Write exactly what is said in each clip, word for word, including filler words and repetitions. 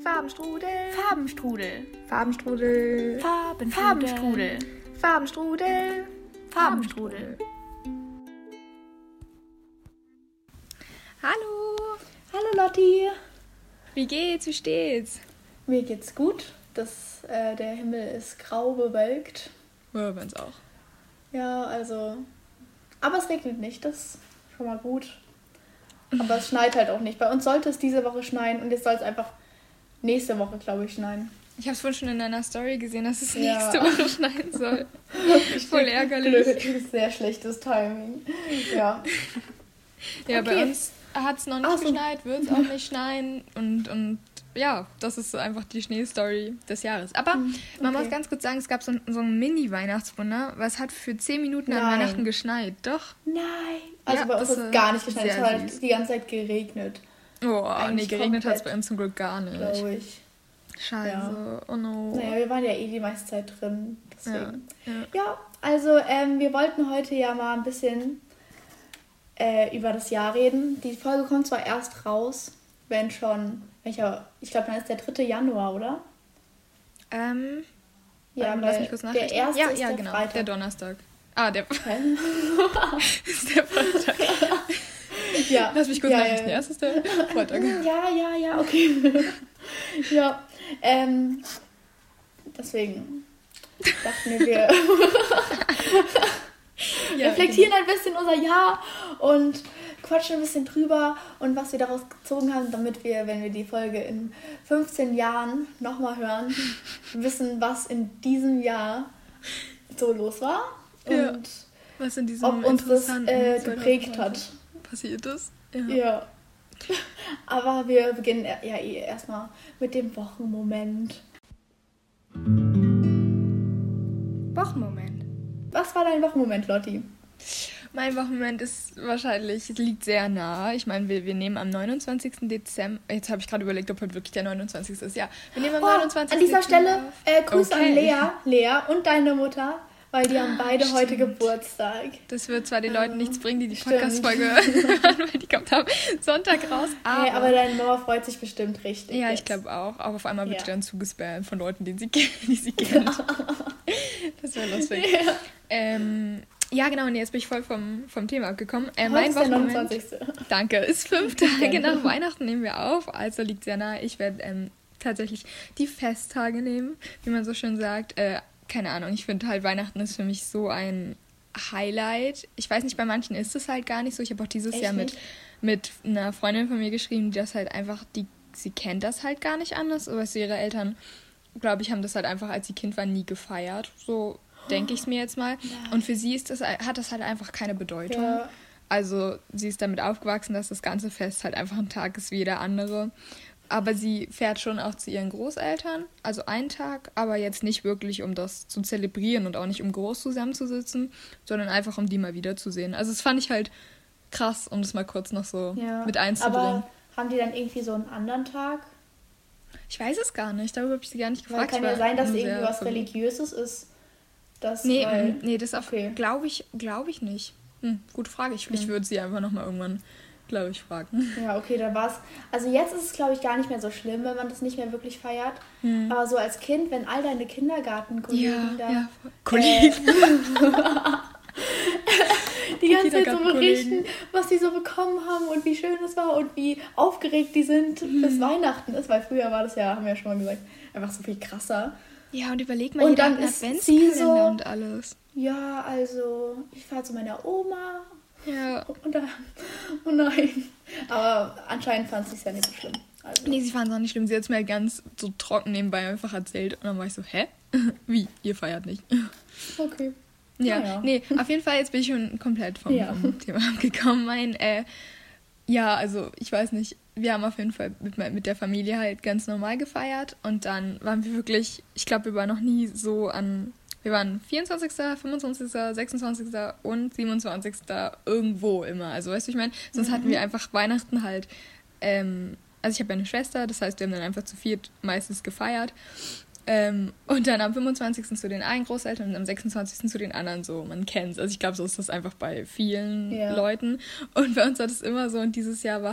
Farbenstrudel. Farbenstrudel. Farbenstrudel. Farben- Farbenstrudel. Farbenstrudel. Farbenstrudel. Hallo. Hallo Lotti. Wie geht's? Wie steht's? Mir geht's gut. Das, äh, der Himmel ist grau bewölkt. Ja, bei uns auch. Ja, also... Aber es regnet nicht, das ist schon mal gut. Aber es schneit halt auch nicht. Bei uns sollte es diese Woche schneien und jetzt soll es einfach nächste Woche, glaube ich, schneien. Ich habe es vorhin schon in deiner Story gesehen, dass es Ja. nächste Woche schneien soll. Voll ärgerlich. Blöd, sehr schlechtes Timing. Ja. Ja, Okay. bei uns hat es noch nicht Ach so. geschneit, wird es auch nicht schneien. Und, und ja, das ist so einfach die Schneestory des Jahres. Aber man okay. muss ganz kurz sagen, es gab so, ein- so ein Mini-Weihnachtswunder, weil es hat für zehn Minuten an Nein. Weihnachten geschneit. Doch. Nein. Also Ja, bei uns das hat war es gar nicht geschneit. Es sehr hat halt süß. die ganze Zeit geregnet, Oh, Eigentlich nee, geregnet hat es komplett. bei uns zum Glück gar nicht. glaube ich. Scheiße. Ja. Oh no. Naja, wir waren ja eh die meiste Zeit drin. ja, Deswegen. ja. Ja, also ähm, wir wollten heute ja mal ein bisschen äh, über das Jahr reden. Die Folge kommt zwar erst raus, wenn schon, welcher, ich glaube, dann ist der dritte Januar, oder? Ähm, Ja, ähm, weil lass mich kurz der nachdenken. erste ja, ist ja, der genau, Freitag. der Donnerstag. Ah, der Hä? ist der Freitag. ja. Lass mich kurz ja, nachdenken. ja. Erst ist der Freitag. Ja, ja, ja, okay. ja, ähm, deswegen dachten wir, wir Ja, reflektieren ein bisschen unser Jahr und quatschen ein bisschen drüber und was wir daraus gezogen haben, damit wir, wenn wir die Folge in fünfzehn Jahren nochmal hören, wissen, was in diesem Jahr so los war und Ja. Was in diesem ob uns das interessanten äh, geprägt hat. zweitausendneunzehn passiert ist. Ja. Ja. Aber wir beginnen ja eh erstmal mit dem Wochenmoment. Wochenmoment. Was war dein Wochenmoment, Lotti? Mein Wochenmoment ist wahrscheinlich, es liegt sehr nah. Ich meine, wir, wir nehmen am neunundzwanzigsten Dezember, jetzt habe ich gerade überlegt, ob heute wirklich der neunundzwanzigste ist. Ja, wir nehmen am Oh, neunundzwanzigsten an dieser Dezember Stelle auf. äh, Grüße Okay. an Lea, Lea und deine Mutter, weil die haben beide Stimmt. heute Geburtstag. Das wird zwar den Leuten nichts bringen, die die Stimmt. Podcast-Folge hören, weil die kommt am Sonntag raus, aber... Hey, aber deine Mama freut sich bestimmt richtig. ja, ich jetzt. glaube auch. Auch auf einmal wird Ja. die dann zugespammt von Leuten, die sie, die sie kennt. Das wäre lustig. Ja. Ähm, ja, genau, und jetzt bin ich voll vom, vom Thema abgekommen. Äh, Heute mein ist der Wochenmoment, neunundzwanzigste danke, ist fünf Tage Gerne. nach Weihnachten nehmen wir auf, also liegt sehr nahe. Ich werde ähm, tatsächlich die Festtage nehmen, wie man so schön sagt. Äh, keine Ahnung, ich finde halt Weihnachten ist für mich so ein Highlight. Ich weiß nicht, bei manchen ist es halt gar nicht so. Ich habe auch dieses Echt Jahr mit, nicht? mit einer Freundin von mir geschrieben, die das halt einfach, die, sie kennt das halt gar nicht anders. Aber so ihre Eltern, glaube ich, haben das halt einfach, als sie Kind war, nie gefeiert. So denke ich es mir jetzt mal. Und für sie ist das, hat das halt einfach keine Bedeutung. Ja. Also sie ist damit aufgewachsen, dass das ganze Fest halt einfach ein Tag ist wie jeder andere. Aber sie fährt schon auch zu ihren Großeltern, also einen Tag, aber jetzt nicht wirklich, um das zu zelebrieren und auch nicht, um groß zusammenzusitzen, sondern einfach, um die mal wiederzusehen. Also das fand ich halt krass, um das mal kurz noch so Ja. mit einzubringen. Aber haben die dann irgendwie so einen anderen Tag? Ich weiß es gar nicht, darüber habe ich sie gar nicht Weil gefragt. kann Ich ja war sein, dass nur irgendwie sehr was verwirrt. Religiöses ist. Das, Nee, weil, mm, nee, das auch, okay. glaube ich, glaube ich nicht. Hm, gute Frage. Ich, ich Hm. würde sie einfach nochmal irgendwann, glaube ich, fragen. Ja, okay, dann war's. Also jetzt ist es, glaube ich, gar nicht mehr so schlimm, wenn man das nicht mehr wirklich feiert. Hm. Aber so als Kind, wenn all deine Kindergartenkollegen da ja. Kollegen. die ganze Zeit so Kindergartenkollegen. berichten, was die so bekommen haben und wie schön es war und wie aufgeregt die sind, Hm. bis Weihnachten ist. Weil früher war das ja, haben wir ja schon mal gesagt, einfach so viel krasser. Ja, und überleg mal, Und jeder dann hat einen ist sie Adventskalender so- und alles. Ja, also ich fahre zu meiner Oma Ja. und dann, oh nein. Aber anscheinend fand sie es ja nicht so schlimm. Also, Nee, sie fanden es auch nicht schlimm. Sie hat es mir halt ganz so trocken nebenbei einfach erzählt. Und dann war ich so, hä? Wie? Ihr feiert nicht? okay. Ja, Naja. nee, auf jeden Fall, jetzt bin ich schon komplett vom, Ja. vom Thema abgekommen. Mein, äh, ja, also, ich weiß nicht, wir haben auf jeden Fall mit, mit der Familie halt ganz normal gefeiert. Und dann waren wir wirklich, ich glaube, wir waren noch nie so an, wir waren vierundzwanzigsten, fünfundzwanzigsten, sechsundzwanzigsten und siebenundzwanzigsten irgendwo immer. Also, weißt du, ich meine, sonst Mhm. hatten wir einfach Weihnachten halt, ähm, also ich habe ja eine Schwester, das heißt, wir haben dann einfach zu viert meistens gefeiert. Ähm, und dann am fünfundzwanzigsten zu den einen Großeltern und am sechsundzwanzigsten zu den anderen so. Man kennt's. Also ich glaube, so ist das einfach bei vielen Ja. Leuten. Und bei uns war das immer so. Und dieses Jahr war halt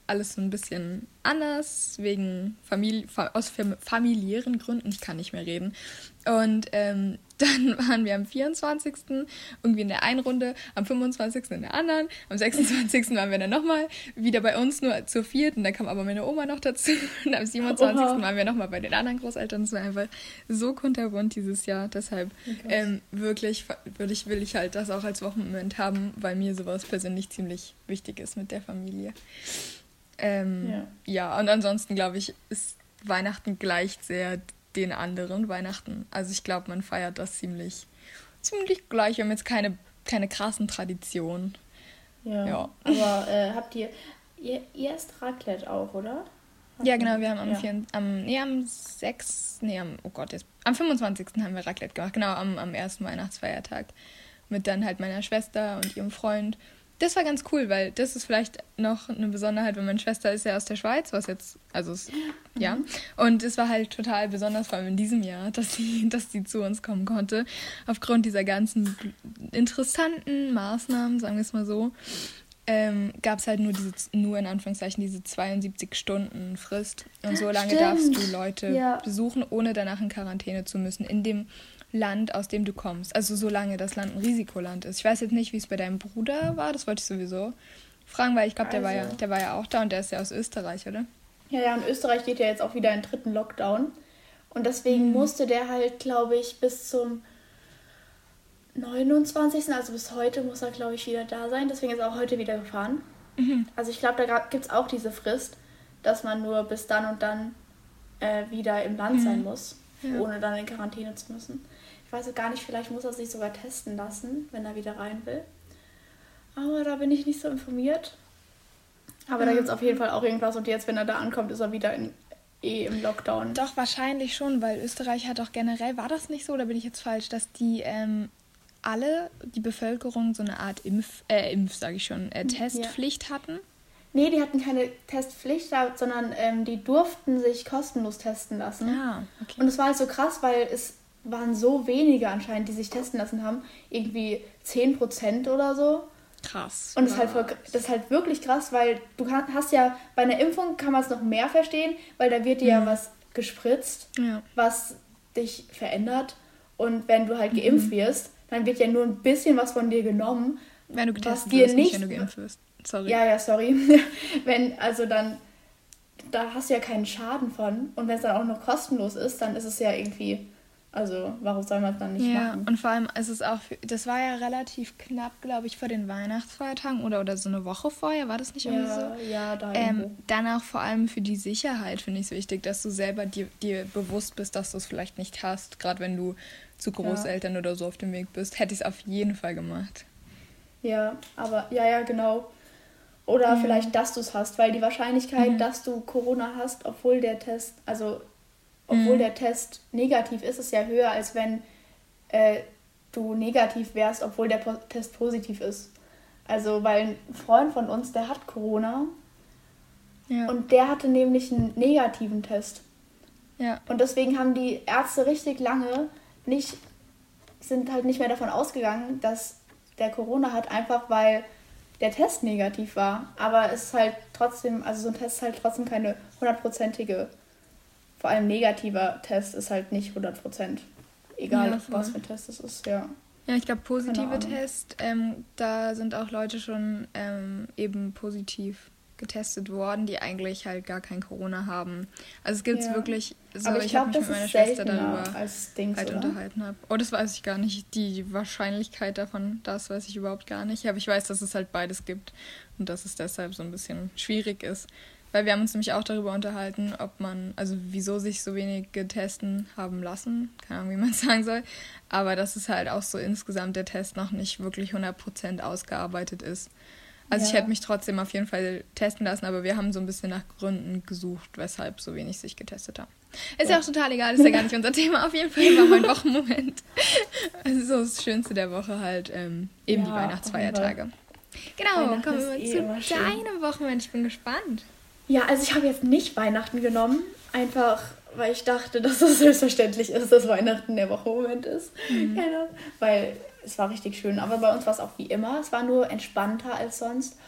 alles so ein bisschen anders, wegen Familie, aus familiären Gründen, ich kann nicht mehr reden. Und ähm, dann waren wir am vierundzwanzigsten irgendwie in der einen Runde, am fünfundzwanzigsten in der anderen, am sechsundzwanzigsten waren wir dann nochmal wieder bei uns, nur zur vierten, dann kam aber meine Oma noch dazu und am siebenundzwanzigsten Oha. Waren wir nochmal bei den anderen Großeltern. Es war einfach so kunterbunt dieses Jahr, deshalb okay. ähm, wirklich will ich, will ich halt das auch als Wochenmoment haben, weil mir sowas persönlich ziemlich wichtig ist mit der Familie. Ähm, ja. ja, und ansonsten glaube ich, ist Weihnachten gleicht sehr den anderen Weihnachten. Also ich glaube, man feiert das ziemlich, ziemlich gleich. Wir haben jetzt keine, keine krassen Traditionen. Ja, ja. Aber äh, habt ihr, ihr, ihr esst Raclette auch, oder? Habt ja, genau, wir haben am, ja. vier, am, nee, am sechsten, nee, am, oh Gott, jetzt, am fünfundzwanzigsten haben wir Raclette gemacht, genau, am, am ersten Weihnachtsfeiertag. Mit dann halt meiner Schwester und ihrem Freund. Das war ganz cool, weil das ist vielleicht noch eine Besonderheit, weil meine Schwester ist ja aus der Schweiz, was jetzt, also es, ja. Mhm. Und es war halt total besonders, vor allem in diesem Jahr, dass sie, dass sie zu uns kommen konnte. Aufgrund dieser ganzen interessanten Maßnahmen, sagen wir es mal so, ähm, gab es halt nur diese, nur in Anführungszeichen, diese zweiundsiebzig Stunden Frist. Und so lange Stimmt. darfst du Leute ja. besuchen, ohne danach in Quarantäne zu müssen. In dem Land, aus dem du kommst. Also solange das Land ein Risikoland ist. Ich weiß jetzt nicht, wie es bei deinem Bruder war, das wollte ich sowieso fragen, weil ich glaube, der, also. der war ja auch da und der ist ja aus Österreich, oder? Ja, ja, und Österreich geht ja jetzt auch wieder in den dritten Lockdown. Und deswegen mhm. musste der halt, glaube ich, bis zum neunundzwanzigsten, also bis heute, muss er, glaube ich, wieder da sein. Deswegen ist er auch heute wieder gefahren. Mhm. Also ich glaube, da gibt es auch diese Frist, dass man nur bis dann und dann äh, wieder im Land mhm. sein muss, ja. ohne dann in Quarantäne zu müssen. Ich weiß gar nicht, vielleicht muss er sich sogar testen lassen, wenn er wieder rein will. Aber da bin ich nicht so informiert. Aber mhm. da gibt es auf jeden Fall auch irgendwas. Und jetzt, wenn er da ankommt, ist er wieder in, eh im Lockdown. Doch, wahrscheinlich schon, weil Österreich hat doch generell, war das nicht so, oder bin ich jetzt falsch, dass die ähm, alle, die Bevölkerung so eine Art Impf, äh, Impf, sage ich schon, äh, Testpflicht ja. hatten? Nee, die hatten keine Testpflicht, sondern ähm, die durften sich kostenlos testen lassen. Ah, okay. Und es war halt so krass, weil es waren so wenige anscheinend, die sich testen lassen haben. Irgendwie zehn Prozent oder so. Krass. Und das ist, halt voll, das ist halt wirklich krass, weil du kann, hast ja, bei einer Impfung kann man es noch mehr verstehen, weil da wird dir mhm. ja was gespritzt, ja. was dich verändert. Und wenn du halt geimpft mhm. wirst, dann wird ja nur ein bisschen was von dir genommen. Wenn du getestet wirst, nicht wenn du geimpft wirst. Sorry. Ja, ja, sorry. wenn, also dann, da hast du ja keinen Schaden von. Und wenn es dann auch noch kostenlos ist, dann ist es ja irgendwie, also warum soll man es dann nicht ja, machen? Ja, und vor allem ist es auch, das war ja relativ knapp, glaube ich, vor den Weihnachtsfeiertagen oder, oder so eine Woche vorher, war das nicht irgendwie ja, so? Ja, da ähm, Dann auch vor allem für die Sicherheit finde ich es wichtig, dass du selber dir, dir bewusst bist, dass du es vielleicht nicht hast, gerade wenn du zu Großeltern ja. oder so auf dem Weg bist, hätte ich es auf jeden Fall gemacht. Ja, aber, ja, ja, genau. Oder mhm. vielleicht, dass du es hast, weil die Wahrscheinlichkeit, mhm. dass du Corona hast, obwohl der Test, also obwohl mhm. der Test negativ ist, ist ja höher, als wenn äh, du negativ wärst, obwohl der po- Test positiv ist. Also, weil ein Freund von uns, der hat Corona ja. und der hatte nämlich einen negativen Test. Ja. Und deswegen haben die Ärzte richtig lange nicht, sind halt nicht mehr davon ausgegangen, dass der Corona hat, einfach weil der Test negativ war. Aber es ist halt trotzdem, also so ein Test ist halt trotzdem keine hundertprozentige, vor allem negativer Test ist halt nicht hundert Prozent. Egal, ja, was für ein Test es ist, ja. Ja, ich glaube, positive Tests, ähm, da sind auch Leute schon ähm, eben positiv getestet worden, die eigentlich halt gar kein Corona haben. Also es gibt ja. wirklich, so, aber ich, ich glaube, habe mich das mit meiner ist Schwester darüber als Dings, halt oder? unterhalten habe. Oh, das weiß ich gar nicht. Die Wahrscheinlichkeit davon, das weiß ich überhaupt gar nicht. Aber ich weiß, dass es halt beides gibt und dass es deshalb so ein bisschen schwierig ist. Weil wir haben uns nämlich auch darüber unterhalten, ob man, also wieso sich so wenige testen haben lassen, keine Ahnung, wie man es sagen soll, aber dass es halt auch so insgesamt der Test noch nicht wirklich hundert Prozent ausgearbeitet ist. Also ja. ich hätte mich trotzdem auf jeden Fall testen lassen, aber wir haben so ein bisschen nach Gründen gesucht, weshalb so wenig sich getestet haben. Ist ja, ja auch total egal, ist ja gar nicht unser Thema. Auf jeden Fall war mein Wochenmoment. Also so das Schönste der Woche halt ähm, eben ja, die Weihnachtsfeiertage. Genau, kommen wir mal eh zu deinem Wochenmoment. Ich bin gespannt. Ja, also ich habe jetzt nicht Weihnachten genommen, einfach weil ich dachte, dass es selbstverständlich ist, dass Weihnachten der Wochenmoment ist. Mhm. Keine, weil es war richtig schön, aber bei uns war es auch wie immer. Es war nur entspannter als sonst.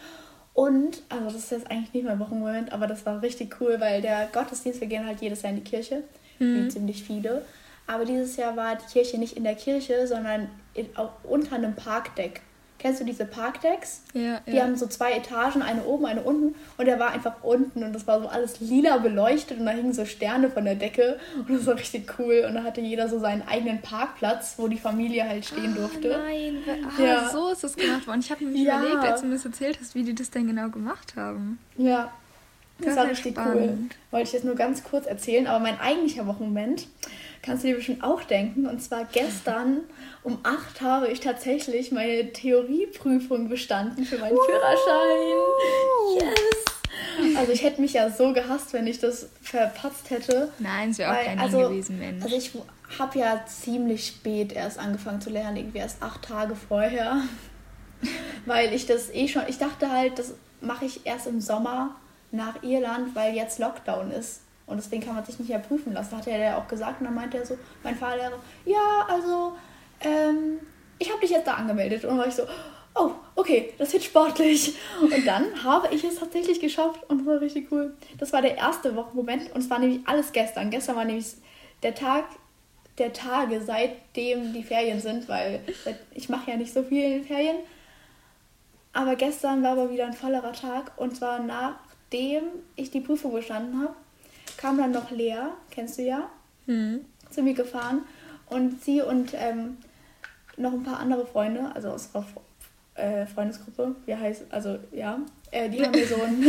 Und, also das ist jetzt eigentlich nicht mein Wochenmoment, aber das war richtig cool, weil der Gottesdienst, wir gehen halt jedes Jahr in die Kirche, Mhm. wie ziemlich viele. Aber dieses Jahr war die Kirche nicht in der Kirche, sondern in, auch unter einem Parkdeck. Kennst du diese Parkdecks? Ja, Die ja. haben so zwei Etagen, eine oben, eine unten. Und der war einfach unten und das war so alles lila beleuchtet und da hingen so Sterne von der Decke. Und das war richtig cool. Und da hatte jeder so seinen eigenen Parkplatz, wo die Familie halt stehen durfte. Ah, nein, ah, Ja. so ist das gemacht worden. Ich habe mir Ja. überlegt, als du mir das erzählt hast, wie die das denn genau gemacht haben. Ja, das, Das war ist ja richtig cool. spannend. Wollte ich jetzt nur ganz kurz erzählen. Aber mein eigentlicher Wochenmoment, kannst du dir bestimmt auch denken. Und zwar gestern um acht habe ich tatsächlich meine Theorieprüfung bestanden für meinen Führerschein. Yes! Also ich hätte mich ja so gehasst, wenn ich das verpatzt hätte. Nein, es wäre auch Weil, kein also, Ding gewesen, Mensch. Also ich habe ja ziemlich spät erst angefangen zu lernen, irgendwie erst acht Tage vorher. Weil ich das eh schon, ich dachte halt, das mache ich erst im Sommer nach Irland, weil jetzt Lockdown ist. Und deswegen kann man sich nicht mehr prüfen lassen. Hat er ja auch gesagt. Und dann meinte er so, mein Fahrlehrer, ja, also, ähm, ich habe dich jetzt da angemeldet. Und dann war ich so, oh, okay, das wird sportlich. Und dann habe ich es tatsächlich geschafft und das war richtig cool. Das war der erste Wochenmoment und es war nämlich alles gestern. Gestern war nämlich der Tag der Tage, seitdem die Ferien sind, weil ich mache ja nicht so viel in den Ferien. Aber gestern war aber wieder ein vollerer Tag und zwar nachdem ich die Prüfung bestanden habe, kam dann noch Lea, kennst du ja, Hm. zu mir gefahren und sie und ähm, noch ein paar andere Freunde, also aus unserer äh, Freundesgruppe, wie heißt, also ja, äh, die haben mir so ein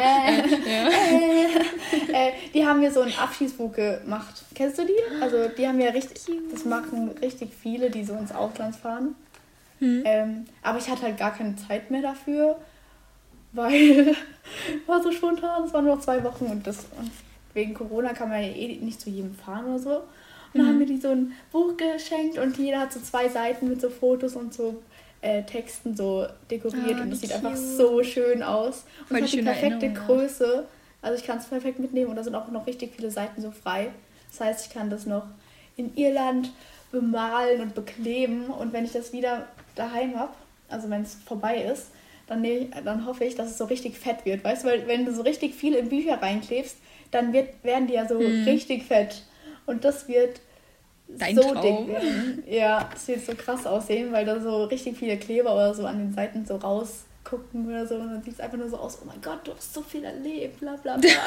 Ja. äh, die haben mir so ein Abschiedsbuch gemacht. Kennst du die? Also die haben ja richtig, das machen richtig viele, die so ins Ausland fahren. Hm. Ähm, aber ich hatte halt gar keine Zeit mehr dafür, weil war so spontan, es waren nur noch zwei Wochen und das und wegen Corona kann man ja eh nicht zu jedem fahren oder so. Und dann Mhm. haben mir die so ein Buch geschenkt und jeder hat so zwei Seiten mit so Fotos und so äh, Texten so dekoriert Ah, und das wie sieht einfach cute. so schön aus. Und Voll es die hat die schöne perfekte Erinnerung auch. Größe. Also ich kann es perfekt mitnehmen und da sind auch noch richtig viele Seiten so frei. Das heißt, ich kann das noch in Irland bemalen und bekleben und wenn ich das wieder daheim habe, also wenn es vorbei ist, dann, nehm ich, dann hoffe ich, dass es so richtig fett wird, weißt du, weil wenn du so richtig viel in Bücher reinklebst, dann wird, werden die ja so Mhm. richtig fett und das wird Dein so Traum. dick werden. Ja, das wird so krass aussehen, weil da so richtig viele Kleber oder so an den Seiten so rausgucken oder so und dann sieht es einfach nur so aus, oh mein Gott, du hast so viel erlebt, bla bla bla.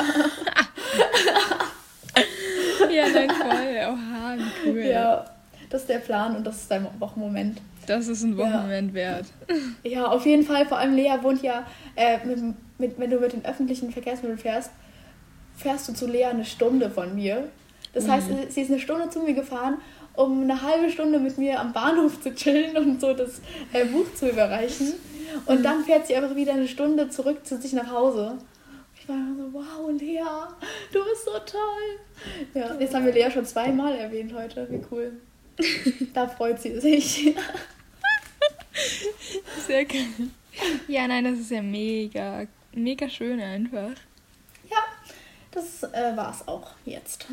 Ja, nein, voll. Oha, wie cool. Ja, das ist der Plan und das ist dein Wochenmoment. Das ist ein Wochenmoment wert. Ja, auf jeden Fall. Vor allem Lea wohnt ja, äh, mit, mit, wenn du mit den öffentlichen Verkehrsmitteln fährst, fährst du zu Lea eine Stunde von mir. Das heißt, sie ist eine Stunde zu mir gefahren, um eine halbe Stunde mit mir am Bahnhof zu chillen und so das äh, Buch zu überreichen. Und Mhm. dann fährt sie einfach wieder eine Stunde zurück zu sich nach Hause. Ich war immer so, wow, Lea, du bist so toll. Ja, jetzt haben wir Lea schon zweimal erwähnt heute. Wie cool. Da freut sie sich. Sehr geil. Ja, nein, das ist ja mega, mega schön einfach. Ja, das äh, war's auch jetzt.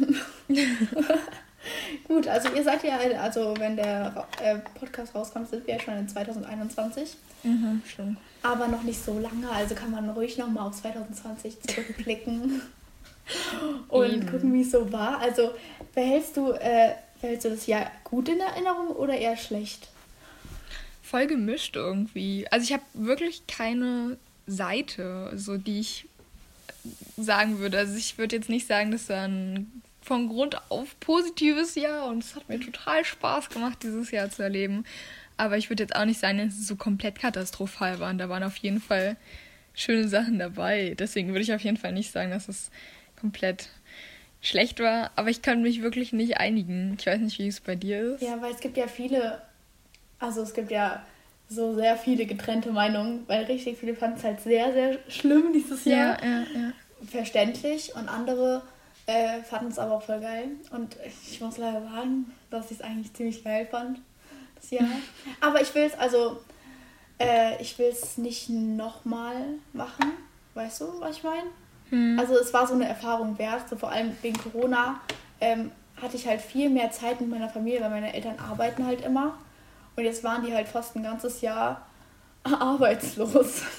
Gut, also ihr seid ja, also wenn der Ra- äh, Podcast rauskommt, sind wir ja schon in zwanzig einundzwanzig. Mhm, stimmt. Aber noch nicht so lange, also kann man ruhig nochmal auf zwanzig zwanzig zurückblicken und Eben. gucken, wie es so war. Also behältst du, äh, behältst du das Jahr gut in Erinnerung oder eher schlecht? Voll gemischt irgendwie. Also ich habe wirklich keine Seite, so die ich sagen würde. Also ich würde jetzt nicht sagen, das war ein von Grund auf positives Jahr und es hat mir total Spaß gemacht, dieses Jahr zu erleben. Aber ich würde jetzt auch nicht sagen, dass es so komplett katastrophal war. Und da waren auf jeden Fall schöne Sachen dabei. Deswegen würde ich auf jeden Fall nicht sagen, dass es komplett schlecht war. Aber ich kann mich wirklich nicht einigen. Ich weiß nicht, wie es bei dir ist. Ja, weil es gibt ja viele, also es gibt ja so sehr viele getrennte Meinungen, weil richtig viele fanden es halt sehr, sehr schlimm dieses Jahr. ja, ja. ja. Verständlich und andere äh, fanden es aber auch voll geil. Und ich muss leider sagen, dass ich es eigentlich ziemlich geil fand, das Jahr. Aber ich will es also, äh, ich will es nicht nochmal machen. Weißt du, was ich meine? Hm. Also es war so eine Erfahrung wert, so vor allem wegen Corona ähm, hatte ich halt viel mehr Zeit mit meiner Familie, weil meine Eltern arbeiten halt immer. Und jetzt waren die halt fast ein ganzes Jahr arbeitslos.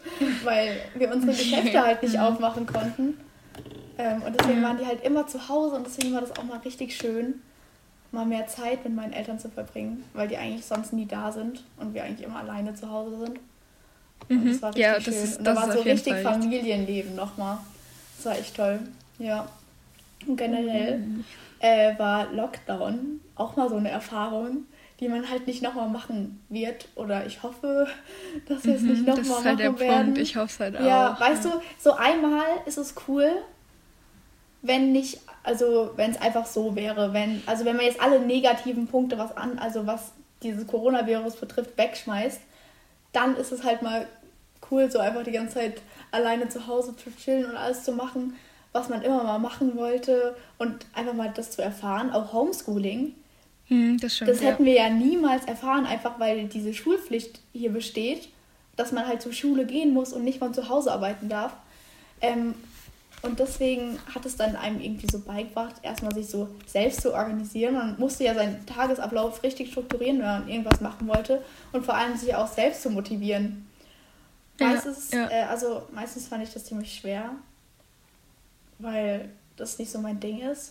weil wir unsere Geschäfte halt nicht aufmachen konnten. Ähm, und deswegen Ja. waren die halt immer zu Hause und deswegen war das auch mal richtig schön, mal mehr Zeit mit meinen Eltern zu verbringen, weil die eigentlich sonst nie da sind und wir eigentlich immer alleine zu Hause sind. Und Mhm. das war richtig Ja, das schön. ist- und da das war ist so auf jeden richtig Fall richtig. Familienleben nochmal. Das war echt toll. Ja. Und generell äh, war Lockdown auch mal so eine Erfahrung, die man halt nicht nochmal machen wird. Oder ich hoffe, dass wir es nicht Mhm, nochmal das ist machen halt der werden. Punkt. Ich hoffe es halt Ja, auch. weißt du, so einmal ist es cool, wenn nicht, also wenn es einfach so wäre, wenn, also wenn man jetzt alle negativen Punkte, was an, also was dieses Coronavirus betrifft, wegschmeißt, dann ist es halt mal cool, so einfach die ganze Zeit alleine zu Hause zu chillen und alles zu machen, was man immer mal machen wollte und einfach mal das zu erfahren, auch Homeschooling. Hm, das stimmt. Das ja. hätten wir ja niemals erfahren, einfach weil diese Schulpflicht hier besteht, dass man halt zur Schule gehen muss und nicht von zu Hause arbeiten darf. Ähm, und deswegen hat es dann einem irgendwie so beigebracht, erstmal sich so selbst zu organisieren. Man musste ja seinen Tagesablauf richtig strukturieren, wenn man irgendwas machen wollte und vor allem sich auch selbst zu motivieren. Ja, Meistens, ja. Äh, also meistens fand ich das ziemlich schwer, weil das nicht so mein Ding ist.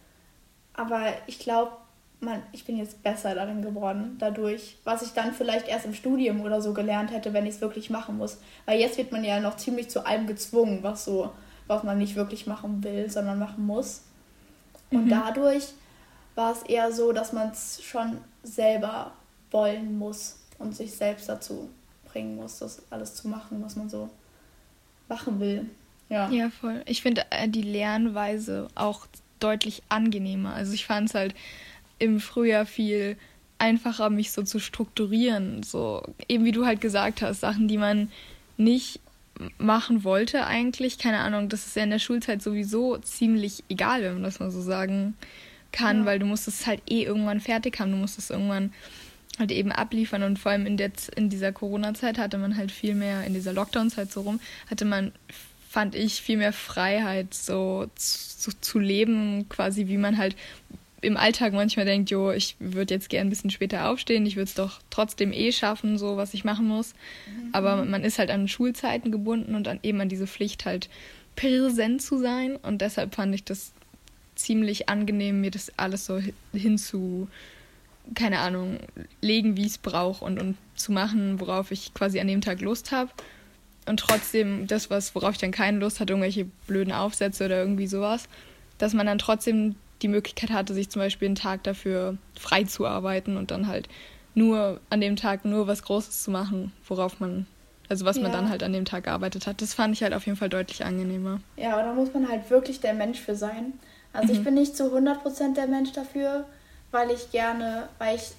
Aber ich glaube, man, ich bin jetzt besser darin geworden dadurch, was ich dann vielleicht erst im Studium oder so gelernt hätte, wenn ich es wirklich machen muss. Weil jetzt wird man ja noch ziemlich zu allem gezwungen, was so, was man nicht wirklich machen will, sondern machen muss. Und Mhm. dadurch war es eher so, dass man es schon selber wollen muss und sich selbst dazu bringen muss, das alles zu machen, was man so machen will. Ja. Ja, voll. Ich finde äh, die Lernweise auch deutlich angenehmer. Also ich fand es halt im Frühjahr viel einfacher, mich so zu strukturieren. So, eben wie du halt gesagt hast, Sachen, die man nicht machen wollte eigentlich. Keine Ahnung, das ist ja in der Schulzeit sowieso ziemlich egal, wenn man das mal so sagen kann, Ja. weil du musst es halt eh irgendwann fertig haben. Du musst es irgendwann halt eben abliefern und vor allem in, der, in dieser Corona-Zeit hatte man halt viel mehr, in dieser Lockdown-Zeit so rum, hatte man, fand ich, viel mehr Freiheit so zu, zu leben, quasi wie man halt im Alltag manchmal denkt, jo, ich würde jetzt gern ein bisschen später aufstehen, ich würde es doch trotzdem eh schaffen, so was ich machen muss. Mhm. Aber man ist halt an Schulzeiten gebunden und dann eben an diese Pflicht halt präsent zu sein und deshalb fand ich das ziemlich angenehm, mir das alles so hinzu, keine Ahnung, legen, wie ich es brauche und, und zu machen, worauf ich quasi an dem Tag Lust habe. Und trotzdem das, was, worauf ich dann keine Lust hatte, irgendwelche blöden Aufsätze oder irgendwie sowas, dass man dann trotzdem die Möglichkeit hatte, sich zum Beispiel einen Tag dafür frei zu arbeiten und dann halt nur an dem Tag nur was Großes zu machen, worauf man, also was man Ja. dann halt an dem Tag gearbeitet hat. Das fand ich halt auf jeden Fall deutlich angenehmer. Ja, aber da muss man halt wirklich der Mensch für sein. Also ich Mhm. bin nicht zu hundert Prozent der Mensch dafür, weil ich gerne, weil ich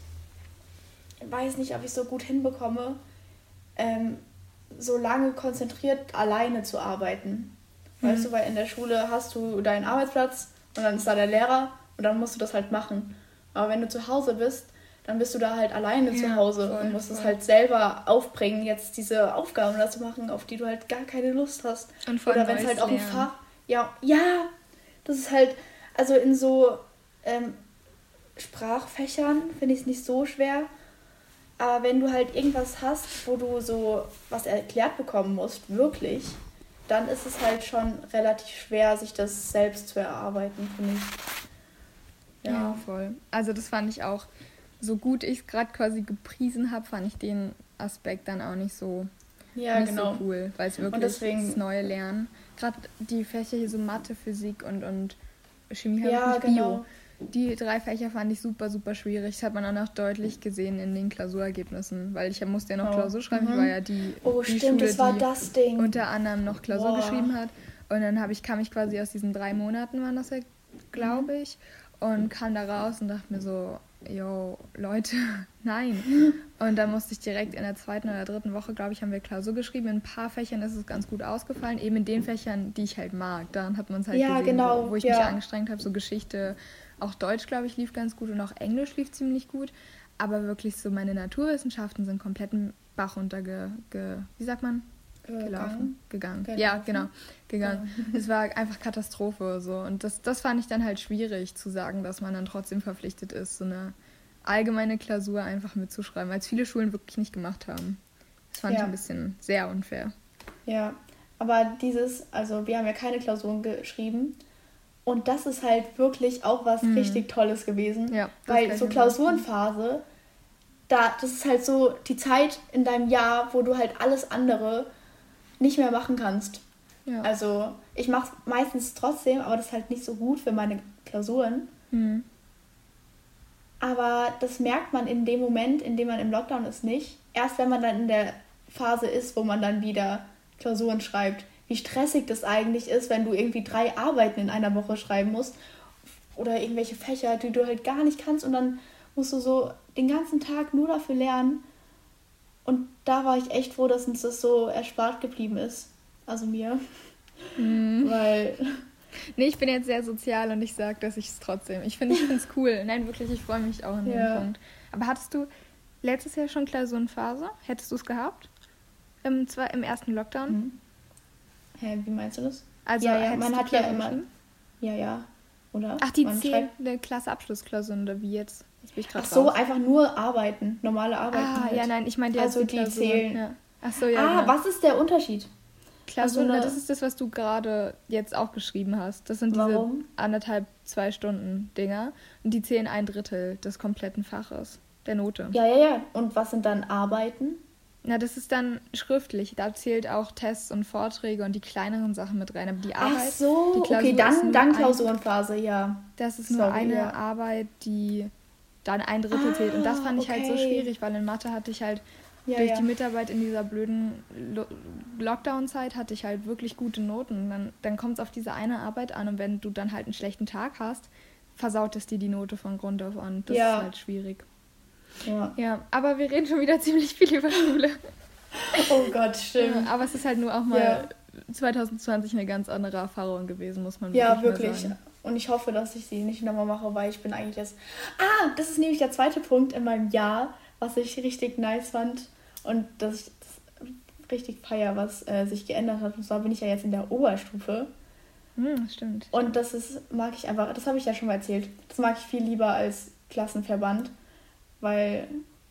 weiß nicht, ob ich so gut hinbekomme, ähm, so lange konzentriert alleine zu arbeiten. Mhm. Weißt du, weil in der Schule hast du deinen Arbeitsplatz und dann ist da der Lehrer und dann musst du das halt machen. Aber wenn du zu Hause bist, dann bist du da halt alleine Ja, zu Hause voll, und musst es voll. halt selber aufbringen, jetzt diese Aufgaben da zu machen, auf die du halt gar keine Lust hast. Und vor allem Oder wenn es neues halt auch ein Lernen. Fach, ja, ja, das ist halt, also in so ähm, Sprachfächern finde ich es nicht so schwer, aber wenn du halt irgendwas hast, wo du so was erklärt bekommen musst, wirklich, dann ist es halt schon relativ schwer, sich das selbst zu erarbeiten, finde ich. Ja, Ja, voll. Also das fand ich auch, so gut ich es gerade quasi gepriesen habe, fand ich den Aspekt dann auch nicht so, ja, nicht genau. so cool, weil es wirklich deswegen- das neue Lernen, gerade die Fächer hier so Mathe, Physik und, und Chemie, habe Ja, ich nicht, genau. Bio. Die drei Fächer fand ich super, super schwierig. Das hat man auch noch deutlich gesehen in den Klausurergebnissen, weil ich musste ja noch Oh, Klausur schreiben. Ich mhm. war ja die, Oh, die stimmt, Schule, das war die das Ding. unter anderem noch Klausur Boah. geschrieben hat. Und dann habe ich, kam ich quasi aus diesen drei Monaten, waren das ja, glaube ich, und kam da raus und dachte mir so, yo, Leute, nein. Und dann musste ich direkt in der zweiten oder dritten Woche, glaube ich, haben wir Klausur geschrieben. In ein paar Fächern ist es ganz gut ausgefallen, eben in den Fächern, die ich halt mag. Daran hat man es halt Ja, gesehen, genau, wo, wo ich ja. mich angestrengt habe, so Geschichte, auch Deutsch, glaube ich, lief ganz gut und auch Englisch lief ziemlich gut. Aber wirklich so meine Naturwissenschaften sind komplett im Bach runterge... Ge, wie sagt man? Gelaufen. Gegangen. Gelaufen. Ja, genau. Gegangen. Es war einfach Katastrophe. So. Und das, das fand ich dann halt schwierig zu sagen, dass man dann trotzdem verpflichtet ist, so eine allgemeine Klausur einfach mitzuschreiben, weil es viele Schulen wirklich nicht gemacht haben. Das fand Ja. ich ein bisschen sehr unfair. Ja, aber dieses, also wir haben ja keine Klausuren geschrieben und das ist halt wirklich auch was mhm. richtig Tolles gewesen, ja, weil so Klausurenphase, da, das ist halt so die Zeit in deinem Jahr, wo du halt alles andere nicht mehr machen kannst. Ja. Also ich mache es meistens trotzdem, aber das ist halt nicht so gut für meine Klausuren. Mhm. Aber das merkt man in dem Moment, in dem man im Lockdown ist, nicht. Erst wenn man dann in der Phase ist, wo man dann wieder Klausuren schreibt. Wie stressig das eigentlich ist, wenn du irgendwie drei Arbeiten in einer Woche schreiben musst oder irgendwelche Fächer, die du halt gar nicht kannst und dann musst du so den ganzen Tag nur dafür lernen. Und da war ich echt froh, dass uns das so erspart geblieben ist. Also mir. Mhm. Weil... Nee, ich bin jetzt sehr sozial und ich sage, dass ich es trotzdem... Ich finde es cool. Nein, wirklich, ich freue mich auch an dem ja. Punkt. Aber hattest du letztes Jahr schon Klausurenphase? Hättest du es gehabt? Im, zwar im ersten Lockdown? Mhm. Hä, wie meinst du das? Also ja, ja, man hat ja immer... Ja, ja. Oder? Ach, die zehnte Klasse Abschlussklausuren oder wie jetzt? Jetzt bin ich gerade Ach so, raus. einfach nur Arbeiten. Normale Arbeiten. Ah, halt. ja, nein, ich meine, die also die Klausuren. zählen. Ja. Ach so, ja. Ah, genau. was ist der Unterschied? Klausuren, also das ist das, was du gerade jetzt auch geschrieben hast. Das sind diese Warum? anderthalb, zwei Stunden Dinger. Und die zählen ein Drittel des kompletten Faches, der Note. Ja, ja, ja. Und was sind dann Arbeiten? Na, das ist dann schriftlich. Da zählt auch Tests und Vorträge und die kleineren Sachen mit rein. Aber die Arbeit, Ach so, die okay, dann, dann Klausurenphase, ein, ja. Das ist nur Sorry, eine ja. Arbeit, die dann ein Drittel ah, zählt. Und das fand ich okay. halt so schwierig, weil in Mathe hatte ich halt ja, durch ja. die Mitarbeit in dieser blöden Lo- Lockdown-Zeit hatte ich halt wirklich gute Noten. Dann, dann kommt es auf diese eine Arbeit an und wenn du dann halt einen schlechten Tag hast, versaut es dir die Note von Grund auf an. Das ja. ist halt schwierig. Ja. ja, aber wir reden schon wieder ziemlich viel über Schule. Oh Gott, stimmt. Ja, aber es ist halt nur auch mal ja. zwanzig zwanzig eine ganz andere Erfahrung gewesen, muss man wirklich wirklich Ja, wirklich. Und ich hoffe, dass ich sie nicht nochmal mache, weil ich bin eigentlich jetzt... Ah, das ist nämlich der zweite Punkt in meinem Jahr, was ich richtig nice fand und dass ich das richtig feier, was äh, sich geändert hat. Und zwar bin ich ja jetzt in der Oberstufe. Hm, stimmt. Und das ist, mag ich einfach, das habe ich ja schon mal erzählt, das mag ich viel lieber als Klassenverband, weil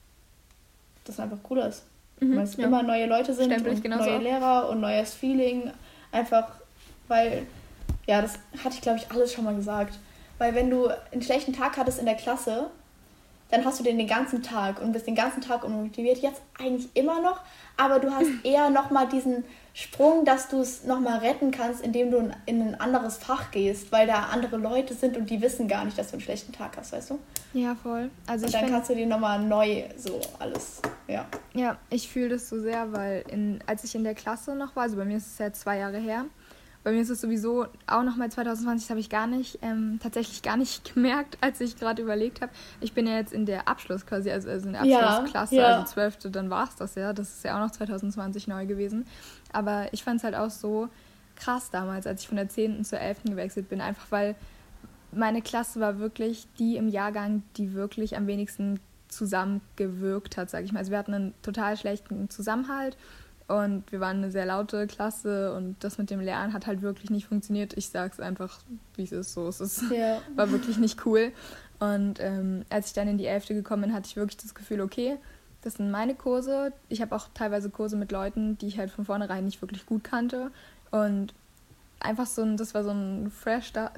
das einfach cooler ist. Mhm, weil es ja. immer neue Leute sind Stempel und genauso neue auf. Lehrer und neues Feeling. Einfach, weil, ja, das hatte ich, glaube ich, alles schon mal gesagt. Weil wenn du einen schlechten Tag hattest in der Klasse, dann hast du den den ganzen Tag und bist den ganzen Tag unmotiviert. Jetzt eigentlich immer noch, aber du hast eher nochmal diesen Sprung, dass du es nochmal retten kannst, indem du in ein anderes Fach gehst, weil da andere Leute sind und die wissen gar nicht, dass du einen schlechten Tag hast, weißt du? Ja, voll. Also und ich dann find, kannst du dir nochmal neu so alles, ja. Ja, ich fühle das so sehr, weil in, als ich in der Klasse noch war, also bei mir ist es ja zwei Jahre her, bei mir ist es sowieso auch nochmal zwanzig zwanzig, das habe ich gar nicht, ähm, tatsächlich gar nicht gemerkt, als ich gerade überlegt habe. Ich bin ja jetzt in der Abschluss quasi, also, also in der Abschlussklasse, ja, ja. also zwölfte, dann war es das ja. Das ist ja auch noch zwanzig zwanzig neu gewesen. Aber ich fand es halt auch so krass damals, als ich von der zehnten zur elften gewechselt bin, einfach weil meine Klasse war wirklich die im Jahrgang, die wirklich am wenigsten zusammengewirkt hat, sage ich mal. Also wir hatten einen total schlechten Zusammenhalt. Und wir waren eine sehr laute Klasse und das mit dem Lernen hat halt wirklich nicht funktioniert. Ich sag's einfach, wie es ist, so es ist. Ja. War wirklich nicht cool. Und ähm, als ich dann in die elfte gekommen bin, hatte ich wirklich das Gefühl, okay, das sind meine Kurse. Ich habe auch teilweise Kurse mit Leuten, die ich halt von vornherein nicht wirklich gut kannte. Und einfach so ein, das war so ein Fresh Start,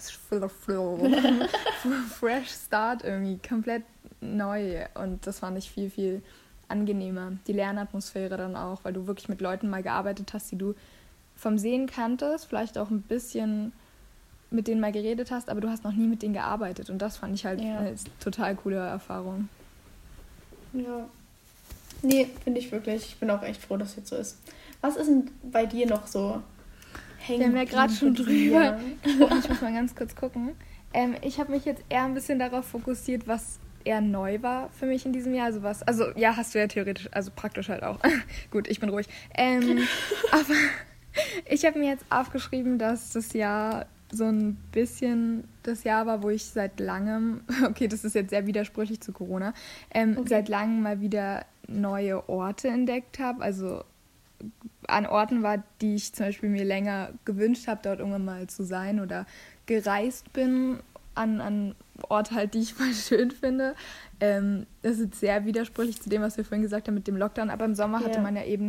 Fresh Start irgendwie, komplett neu. Und das fand ich viel, viel angenehmer. Die Lernatmosphäre dann auch, weil du wirklich mit Leuten mal gearbeitet hast, die du vom Sehen kanntest, vielleicht auch ein bisschen mit denen mal geredet hast, aber du hast noch nie mit denen gearbeitet und das fand ich halt ja. eine total coole Erfahrung. Ja. Nee, finde ich wirklich. Ich bin auch echt froh, dass es jetzt so ist. Was ist denn bei dir noch so hängen? Wir haben ja gerade schon drüber. Ich muss mal ganz kurz gucken. Ähm, ich habe mich jetzt eher ein bisschen darauf fokussiert, was eher neu war für mich in diesem Jahr. Also was, also ja, hast du ja theoretisch, also praktisch halt auch. Gut, ich bin ruhig. Ähm, aber ich habe mir jetzt aufgeschrieben, dass das Jahr so ein bisschen das Jahr war, wo ich seit langem, okay, das ist jetzt sehr widersprüchlich zu Corona, ähm, okay. seit langem mal wieder neue Orte entdeckt habe. Also an Orten war, die ich zum Beispiel mir länger gewünscht habe, dort irgendwann mal zu sein oder gereist bin an, an Orte halt, die ich voll schön finde. Ähm, das ist sehr widersprüchlich zu dem, was wir vorhin gesagt haben mit dem Lockdown. Aber im Sommer yeah. hatte man ja eben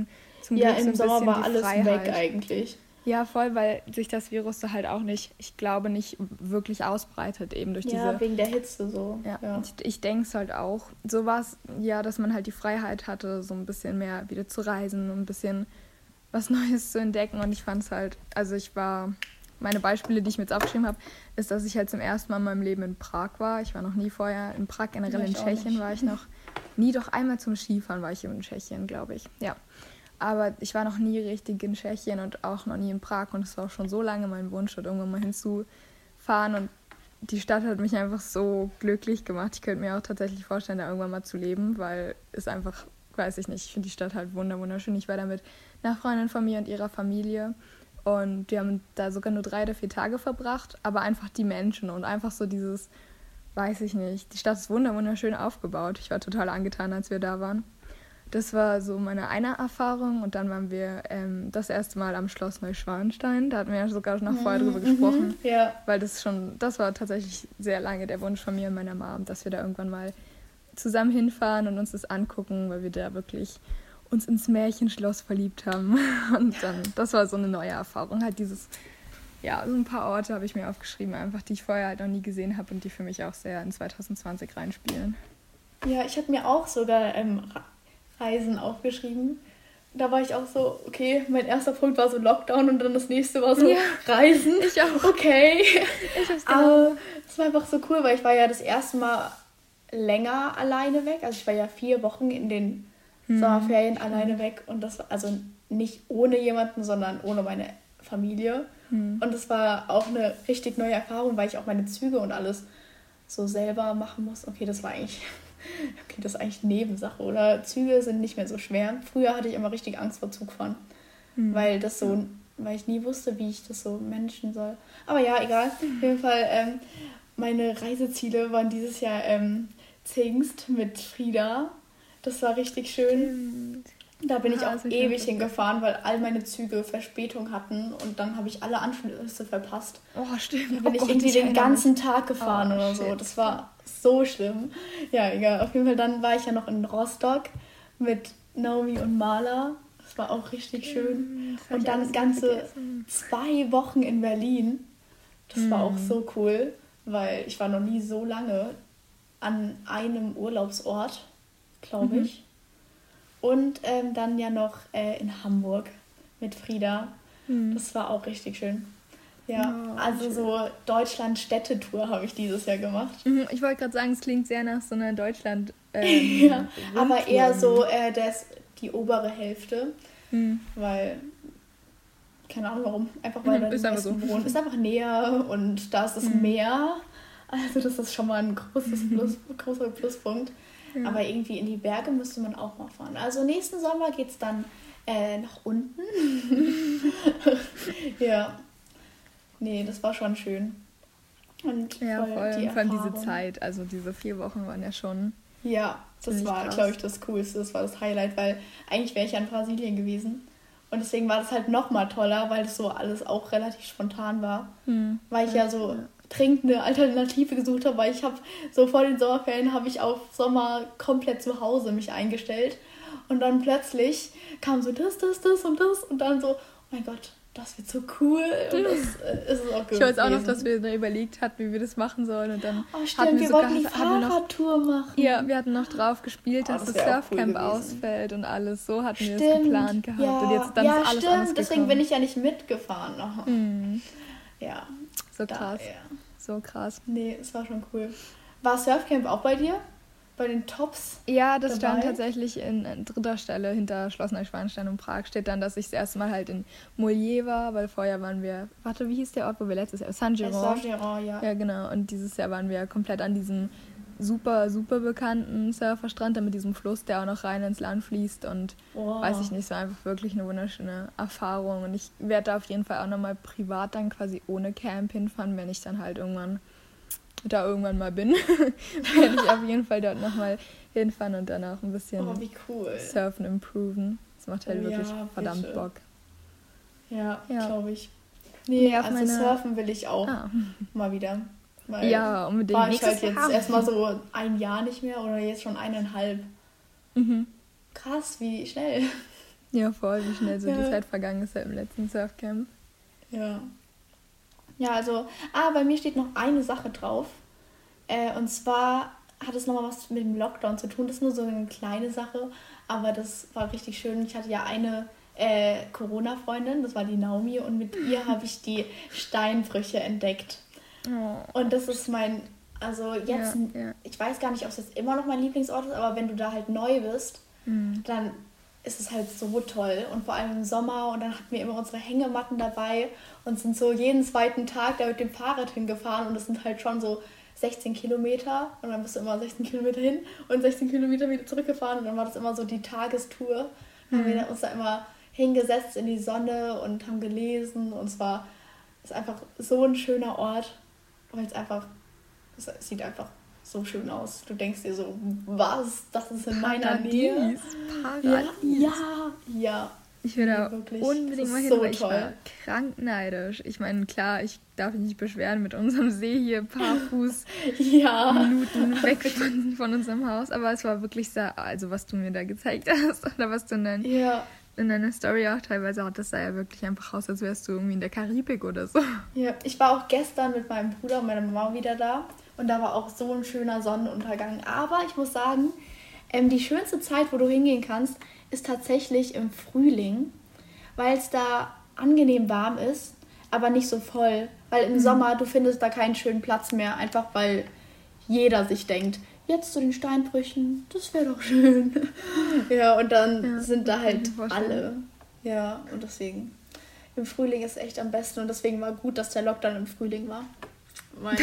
zum ja, Glück so im ein Sommer bisschen war die alles Freiheit. weg eigentlich. Ja, voll, weil sich das Virus da halt auch nicht, ich glaube, nicht wirklich ausbreitet, eben durch Ja, diese... wegen der Hitze so. Ja, Ja. ich, ich denke es halt auch. So war es, ja, dass man halt die Freiheit hatte, so ein bisschen mehr wieder zu reisen und ein bisschen was Neues zu entdecken. Und ich fand es halt, also ich war, meine Beispiele, die ich mir jetzt aufgeschrieben habe, ist, dass ich halt zum ersten Mal in meinem Leben in Prag war. Ich war noch nie vorher in Prag, generell Ja, in ich auch Tschechien nicht. war ich noch nie, doch einmal zum Skifahren war ich in Tschechien, glaube ich. Ja. Aber ich war noch nie richtig in Tschechien und auch noch nie in Prag. Und es war auch schon so lange mein Wunsch, dort irgendwann mal hinzufahren. Und die Stadt hat mich einfach so glücklich gemacht. Ich könnte mir auch tatsächlich vorstellen, da irgendwann mal zu leben, weil es einfach, weiß ich nicht, ich finde die Stadt halt wunderschön. Ich war da mit einer Freundin von mir und ihrer Familie und wir haben da sogar nur drei oder vier Tage verbracht, aber einfach die Menschen und einfach so dieses, weiß ich nicht, die Stadt ist wunderschön aufgebaut. Ich war total angetan, als wir da waren. Das war so meine eine Erfahrung und dann waren wir ähm, das erste Mal am Schloss Neuschwanstein. Da hatten wir ja sogar noch vorher drüber gesprochen, Mhm, ja. weil das schon, das war tatsächlich sehr lange der Wunsch von mir und meiner Mom, dass wir da irgendwann mal zusammen hinfahren und uns das angucken, weil wir da wirklich uns ins Märchenschloss verliebt haben. Und dann, das war so eine neue Erfahrung, halt dieses, ja, so ein paar Orte habe ich mir aufgeschrieben, einfach die ich vorher halt noch nie gesehen habe und die für mich auch sehr in zwanzig zwanzig reinspielen. Ja, ich habe mir auch sogar ähm, Reisen aufgeschrieben. Da war ich auch so, okay, mein erster Punkt war so Lockdown und dann das nächste war so Ja, Reisen. ich auch. Okay. Ich hab's genau. Aber es war einfach so cool, weil ich war ja das erste Mal länger alleine weg. Also ich war ja vier Wochen in den Hm. Sommerferien alleine weg und das war also nicht ohne jemanden, sondern ohne meine Familie. Hm. Und das war auch eine richtig neue Erfahrung, weil ich auch meine Züge und alles so selber machen muss. Okay, das war eigentlich, okay, das ist eigentlich Nebensache, oder? Züge sind nicht mehr so schwer. Früher hatte ich immer richtig Angst vor Zugfahren, Hm. weil das so, weil ich nie wusste, wie ich das so managen soll. Aber ja, egal. Auf jeden Fall, ähm, meine Reiseziele waren dieses Jahr ähm, Zingst mit Frieda. Das war richtig schön. Da bin ich Ah, auch also ich ewig mag das. hingefahren, weil all meine Züge Verspätung hatten und dann habe ich alle Anschlüsse verpasst. Oh, stimmt. Da bin oh ich Gott, irgendwie ich den erinnere ganzen mich. Tag gefahren Oh, oder so. shit. Das war so schlimm. Ja, egal. Auf jeden Fall, dann war ich ja noch in Rostock mit Naomi und Marla. Das war auch richtig schön. Das hab Und ich dann alles ganze vergessen. zwei Wochen in Berlin. Das war auch Mhm. so cool, weil ich war noch nie so lange an einem Urlaubsort, glaube Mhm. ich. Und ähm, dann ja noch äh, in Hamburg mit Frieda. Mhm. Das war auch richtig schön. Ja, Oh, also schön. so Deutschland-Städtetour habe ich dieses Jahr gemacht. Mhm, Ich wollte gerade sagen, es klingt sehr nach so einer Deutschland. Ähm, Ja, aber Rundtour eher so irgendwie. äh, das, die obere Hälfte, Mhm. weil, keine Ahnung warum, einfach weil Mhm, da die ist einfach meisten so. wohnen. Ist einfach näher und da ist das Mhm. Meer. Also das ist schon mal ein großes Plus, großer Pluspunkt. Ja. Aber irgendwie in die Berge müsste man auch mal fahren. Also nächsten Sommer geht es dann äh, nach unten. Ja. Nee, das war schon schön. Und Ja, voll voll. die Und vor allem diese Erfahrung. Zeit, also diese vier Wochen waren ja schon. Ja, das Ziemlich war, krass. glaube ich, das Coolste. Das war das Highlight, weil eigentlich wäre ich ja in Brasilien gewesen. Und deswegen war das halt nochmal toller, weil das so alles auch relativ spontan war. Hm. Weil ich ja so dringend eine Alternative gesucht habe, weil ich habe so vor den Sommerferien habe ich auf Sommer komplett zu Hause mich eingestellt. Und dann plötzlich kam so das, das, das und das und dann so, oh mein Gott, das wird so cool. Und das äh, ist es auch Ich weiß auch noch, gewesen. dass wir da überlegt hatten, wie wir das machen sollen. Und dann Oh hatten stimmt, wir sogar- wollten die hatten wir noch, Fahrradtour machen. ja, wir hatten noch drauf gespielt, Oh, dass das das, wär auch cool Surfcamp gewesen. ausfällt und alles. So hatten wir es Stimmt. geplant gehabt. Ja, Und jetzt dann ja ist alles stimmt, anders deswegen gekommen. bin ich ja nicht mitgefahren. noch. Hm. Ja, So da, krass, ja. so krass. Nee, es war schon cool. War Surfcamp auch bei dir? Bei den Tops? Ja, das stand dabei? tatsächlich in, an dritter Stelle hinter Schloss Neuschwanstein und Prag. Steht dann, dass ich das erste Mal halt in Molière war, weil vorher waren wir, warte, wie hieß der Ort, wo wir letztes Jahr, Saint-Girons. Saint-Germain, ja. Ja, genau. Und dieses Jahr waren wir komplett an diesem super, super bekannten Surferstrand, da mit diesem Fluss, der auch noch rein ins Land fließt. Und Wow. weiß ich nicht, es war einfach wirklich eine wunderschöne Erfahrung. Und ich werde da auf jeden Fall auch nochmal privat dann quasi ohne Camp hinfahren, wenn ich dann halt irgendwann da irgendwann mal bin. Werde ich auf jeden Fall dort nochmal hinfahren und dann auch ein bisschen Oh, wie cool. surfen improven. Das macht halt Oh wirklich ja, verdammt bitte. Bock. Ja, Ja. glaube ich. Nee, Nee, auf also meine- surfen will ich auch Ah. mal wieder. Weil Ja, unbedingt. war ich Nächstes halt jetzt Jahr. erstmal so ein Jahr nicht mehr oder jetzt schon eineinhalb. Mhm. Krass, wie schnell. Ja, voll, wie schnell so Ja. die Zeit vergangen ist ja im letzten Surfcamp. Ja. Ja, also, ah, bei mir steht noch eine Sache drauf. Äh, und zwar hat es nochmal was mit dem Lockdown zu tun. Das ist nur so eine kleine Sache, aber das war richtig schön. Ich hatte ja eine äh, Corona-Freundin, das war die Naomi, und mit ihr habe ich die Steinbrüche entdeckt. Oh. Und das ist mein, also jetzt, Ja, ja. ich weiß gar nicht, ob es jetzt immer noch mein Lieblingsort ist, aber wenn du da halt neu bist, Mhm. dann ist es halt so toll. Und vor allem im Sommer, und dann hatten wir immer unsere Hängematten dabei und sind so jeden zweiten Tag da mit dem Fahrrad hingefahren, und das sind halt schon so sechzehn Kilometer, und dann bist du immer sechzehn Kilometer hin und sechzehn Kilometer wieder zurückgefahren, und dann war das immer so die Tagestour. Dann haben wir uns da immer hingesetzt in die Sonne und haben gelesen, und es war es ist einfach so ein schöner Ort, weil es einfach, es sieht einfach so schön aus. Du denkst dir so, was, das ist in meiner Nähe. Paradies. Ja, Paradies. ja, ja. Ich will da Wirklich, unbedingt das mal ist hin, so weil ich toll. war krank neidisch. Ich meine, klar, ich darf mich nicht beschweren mit unserem See hier, paar Fuß Ja. Minuten weg von, von unserem Haus, aber es war wirklich sehr, also was du mir da gezeigt hast oder was du in, dein, Ja, in deiner Story auch teilweise hattest, sah ja wirklich einfach aus, als wärst du irgendwie in der Karibik oder so. ja. Ich war auch gestern mit meinem Bruder und meiner Mama wieder da, und da war auch so ein schöner Sonnenuntergang. Aber ich muss sagen, ähm, die schönste Zeit, wo du hingehen kannst, ist tatsächlich im Frühling, weil es da angenehm warm ist, aber nicht so voll. Weil im Sommer, du findest da keinen schönen Platz mehr, einfach weil jeder sich denkt, jetzt zu den Steinbrüchen, das wäre doch schön. Ja, und dann Ja, sind da das kann ich halt mir vorstellen. alle. Ja, und deswegen, im Frühling ist echt am besten, und deswegen war gut, dass der Lockdown im Frühling war. Weil,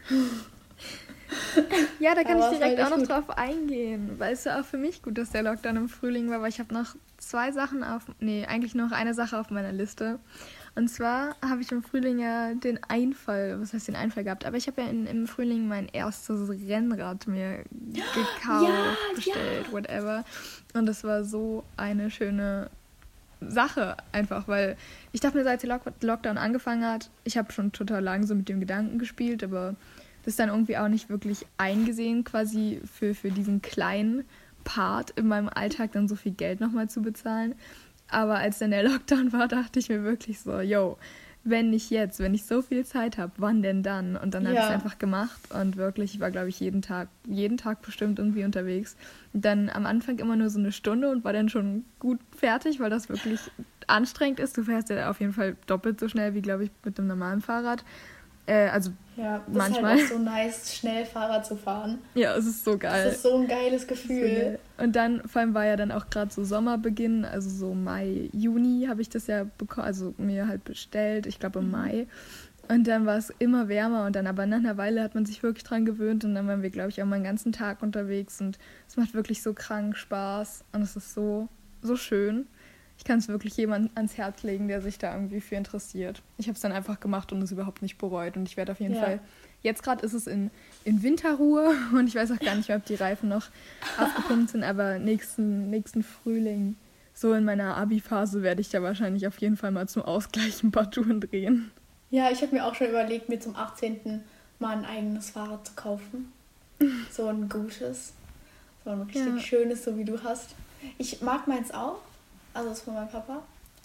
Ja, da kann Aber ich es direkt war auch noch echt gut. drauf eingehen, weil es ja auch für mich gut, dass der Lockdown im Frühling war, weil ich habe noch zwei Sachen auf, nee, eigentlich noch eine Sache auf meiner Liste. Und zwar habe ich im Frühling ja den Einfall, was heißt den Einfall gehabt, aber ich habe ja in, im Frühling mein erstes Rennrad mir gekauft, Ja, bestellt, ja. whatever. Und das war so eine schöne Sache einfach, weil ich dachte mir, seit der Lock- Lockdown angefangen hat, ich habe schon total lange so mit dem Gedanken gespielt, aber das dann irgendwie auch nicht wirklich eingesehen, quasi für, für diesen kleinen Part in meinem Alltag dann so viel Geld nochmal zu bezahlen. Aber als dann der Lockdown war, dachte ich mir wirklich so, yo, wenn nicht jetzt, wenn ich so viel Zeit habe, wann denn dann? Und dann habe ich es Ja. einfach gemacht, und wirklich, ich war, glaube ich, jeden Tag, jeden Tag bestimmt irgendwie unterwegs. Und dann am Anfang immer nur so eine Stunde und war dann schon gut fertig, weil das wirklich anstrengend ist. Du fährst ja auf jeden Fall doppelt so schnell wie, glaube ich, mit einem normalen Fahrrad. Äh, also, ja, das Manchmal. ist halt auch so nice, schnell Fahrrad zu fahren. ja, es ist so geil. Das ist so ein geiles So Gefühl. geil. Und dann, vor allem war ja dann auch gerade so Sommerbeginn, also so Mai, Juni habe ich das ja bekommen, also mir halt bestellt, ich glaube im Mai. Und dann war es immer wärmer, und dann aber nach einer Weile hat man sich wirklich dran gewöhnt, und dann waren wir, glaube ich, auch mal einen ganzen Tag unterwegs, und es macht wirklich so krank Spaß, und es ist so, so schön. Ich kann es wirklich jemandem ans Herz legen, der sich da irgendwie für interessiert. Ich habe es dann einfach gemacht und es überhaupt nicht bereut, und ich werde auf jeden Ja. Fall, jetzt gerade ist es in, in Winterruhe, und ich weiß auch gar nicht mehr, ob die Reifen noch aufgepumpt sind, aber nächsten, nächsten Frühling, so in meiner Abi-Phase, werde ich da wahrscheinlich auf jeden Fall mal zum Ausgleich ein paar Touren drehen. Ja, ich habe mir auch schon überlegt, mir zum achtzehnten mal ein eigenes Fahrrad zu kaufen. So ein gutes. So ein richtig Ja. schönes, so wie du hast. Ich mag meins auch. Also das ist von meinem Papa.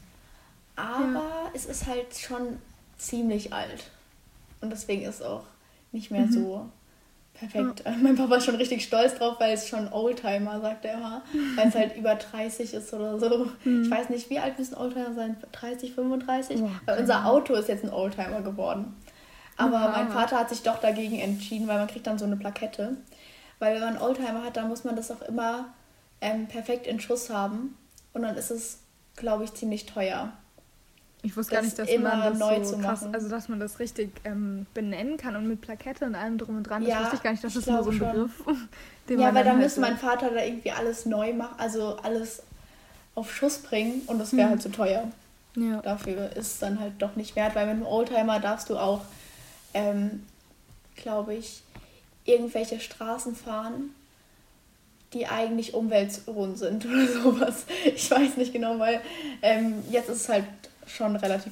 Aber Ja. es ist halt schon ziemlich alt. Und deswegen ist es auch nicht mehr Mhm. so perfekt. Mein Papa ist schon richtig stolz drauf, weil es schon Oldtimer, sagt er immer. Weil es halt über dreißig ist oder so. Mhm. Ich weiß nicht, wie alt müssen Oldtimer sein? dreißig, fünfunddreißig? Boah, Weil keine unser Ahnung. Auto ist jetzt ein Oldtimer geworden. Aber Aha. mein Vater hat sich doch dagegen entschieden, weil man kriegt dann so eine Plakette. Weil wenn man einen Oldtimer hat, dann muss man das auch immer ähm, perfekt in Schuss haben. Und dann ist es, glaube ich, ziemlich teuer. Ich wusste Das gar nicht, dass immer man das neu so zu krass, machen. also dass man das richtig ähm, benennen kann und mit Plakette und allem drum und dran. Das Ja, wusste ich gar nicht, dass ich das nur so ein glaube Begriff, den Ja, man weil dann dann halt müsste so- mein Vater da irgendwie alles neu machen, also alles auf Schuss bringen, und das wäre Hm. halt zu teuer. Ja. Dafür ist es dann halt doch nicht wert, weil mit dem Oldtimer darfst du auch, ähm, glaube ich, irgendwelche Straßen fahren, die eigentlich umweltschonend sind oder sowas. Ich weiß nicht genau, weil ähm, jetzt ist es halt schon relativ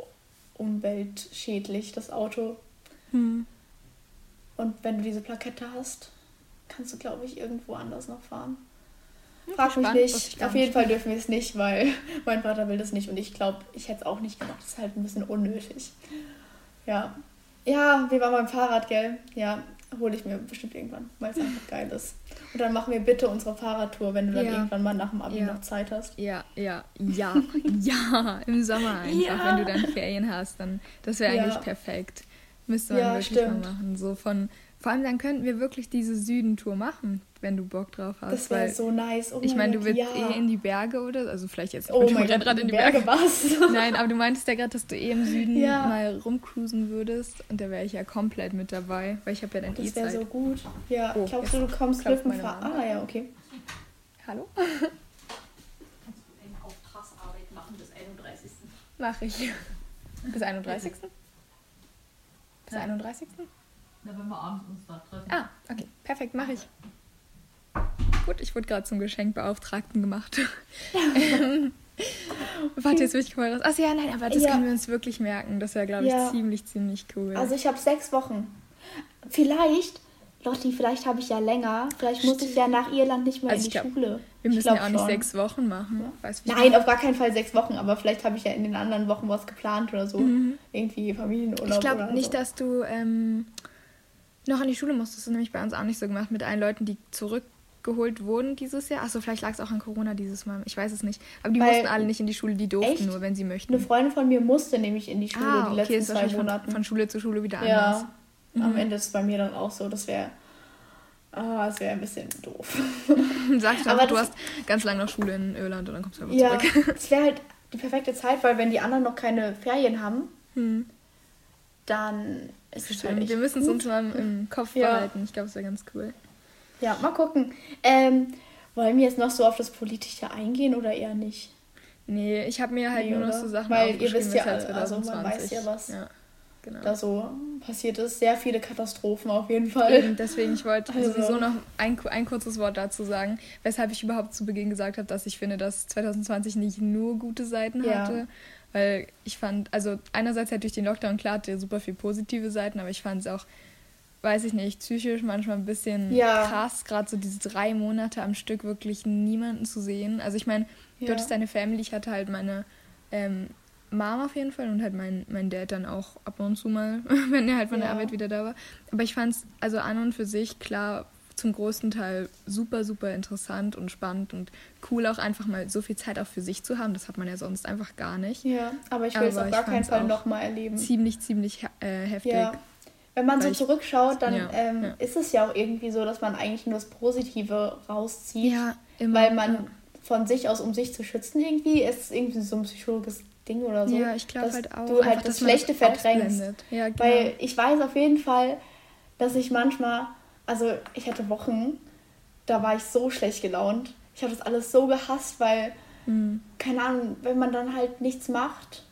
umweltschädlich, das Auto. Hm. Und wenn du diese Plakette hast, kannst du, glaube ich, irgendwo anders noch fahren. Frag mich Spannend, was ich nicht. gar Auf jeden nicht Fall dürfen wir es nicht, weil mein Vater will das nicht und ich glaube, ich hätte es auch nicht gemacht. Das ist halt ein bisschen unnötig. Ja. Ja, wir waren beim Fahrrad, gell? Ja, hole ich mir bestimmt irgendwann, weil es einfach geil ist. Und dann machen wir bitte unsere Fahrradtour, wenn du dann Ja. irgendwann mal nach dem Abi Ja. noch Zeit hast. Ja, ja, ja, ja, im Sommer einfach, Ja. wenn du dann Ferien hast, dann, das wäre Ja. eigentlich perfekt. Müsste man Ja, wirklich stimmt. mal machen. So von, vor allem dann könnten wir wirklich diese Südentour machen, wenn du Bock drauf hast. Das wäre weil so nice. Oh ich meine, du Gott, willst ja. eh in die Berge oder, also vielleicht jetzt nicht Oh mit dem mein Gott, Rennrad in die Berge, Berge. was? Nein, aber du meintest ja gerade, dass du eh im Süden Ja. mal rumcruisen würdest und da wäre ich ja komplett mit dabei, weil ich habe ja dann Das eh wäre Zeit. so gut. Ja, Oh, glaubst du, jetzt du kommst klopft mit dem meine Fahrrad? Mama. Ah, ja, okay. Hallo? Kannst du eine Auftragsarbeit machen bis einunddreißigsten Mach ich. Bis einunddreißigsten Bis Ja. einunddreißigsten Na, wenn wir abends uns da treffen. Ah, okay. Perfekt, mache ich. Gut, ich wurde gerade zum Geschenkbeauftragten gemacht. ähm, warte, jetzt bin ich voll raus. Achso, ja, nein, aber das Ja. können wir uns wirklich merken. Das wäre, glaube ich, Ja. ziemlich, ziemlich cool. Also ich habe sechs Wochen. Vielleicht, Lotti, vielleicht habe ich ja länger. Vielleicht muss ich ja nach Irland nicht mehr Also in die ich glaub, Schule. wir Ich müssen glaub ja auch nicht schon. sechs Wochen machen. Weißt du, wie ich Nein, auf gar keinen Fall sechs Wochen, aber vielleicht habe ich ja in den anderen Wochen was geplant oder so. Mhm. Irgendwie Familienurlaub Ich glaube oder nicht, so. dass du ähm, noch an die Schule musst. Das ist nämlich bei uns auch nicht so gemacht mit allen Leuten, die zurückgeholt wurden dieses Jahr. Achso, vielleicht lag es auch an Corona dieses Mal. Ich weiß es nicht. Aber die Weil- mussten alle nicht in die Schule, die durften Echt? nur, wenn sie möchten. Eine Freundin von mir musste nämlich in die Schule ah, die okay, letzten ist zwei wahrscheinlich Monate. von, von Schule zu Schule wieder anders. Ja, am Mhm. Ende ist es bei mir dann auch so. Das wäre ah, das wäre ein bisschen doof. Sagst du, Aber einfach, du das- hast ganz lange noch Schule in Irland und dann kommst du einfach Ja, zurück. es wäre halt die perfekte Zeit, weil wenn die anderen noch keine Ferien haben, Hm. dann ist es halt Stimmt. echt Wir müssen es gut. uns mal im, im Kopf Ja. behalten. Ich glaube, es wäre ganz cool. Ja, mal gucken. Ähm, wollen wir jetzt noch so auf das Politische eingehen oder eher nicht? Nee, ich habe mir halt Nee, nur noch oder? so Sachen Weil ihr aufgeschrieben, wisst ja, weshalb also man zweitausendzwanzig. weiß ja, was Ja, genau. Da so passiert ist. Sehr viele Katastrophen auf jeden Fall. Eben, deswegen, ich wollte Also- sowieso noch ein, ein kurzes Wort dazu sagen, weshalb ich überhaupt zu Beginn gesagt habe, dass ich finde, dass zweitausendzwanzig nicht nur gute Seiten Ja. hatte. Weil ich fand, also einerseits halt durch den Lockdown, klar, hatte er super viel positive Seiten, aber ich fand es auch, weiß ich nicht, psychisch manchmal ein bisschen Ja. krass, gerade so diese drei Monate am Stück wirklich niemanden zu sehen. Also ich meine, du Ja. hattest deine Family, ich hatte halt meine ähm, Mom auf jeden Fall und halt mein, mein Dad dann auch ab und zu mal, wenn er halt von der Ja. Arbeit wieder da war. Aber ich fand es also an und für sich klar zum größten Teil super, super interessant und spannend und cool auch einfach mal so viel Zeit auch für sich zu haben. Das hat man ja sonst einfach gar nicht. Ja, aber ich will es Aber auf ich gar keinen fand's Fall auch nochmal erleben. Ziemlich, ziemlich äh, heftig. Ja. Wenn man so Weil ich- zurückschaut, dann ja, ähm, ja. ist es ja auch irgendwie so, dass man eigentlich nur das Positive rauszieht. Ja, immer. Weil man ja. von sich aus, um sich zu schützen irgendwie, ist es irgendwie so ein psychologisches Ding oder so. Ja, ich glaube dass halt auch. du halt einfach, das dass man Schlechte verdrängst. ausblendet. Ja, genau. Weil ich weiß auf jeden Fall, dass ich manchmal, also ich hatte Wochen, da war ich so schlecht gelaunt. Ich habe das alles so gehasst, weil, Mhm. keine Ahnung, wenn man dann halt nichts macht,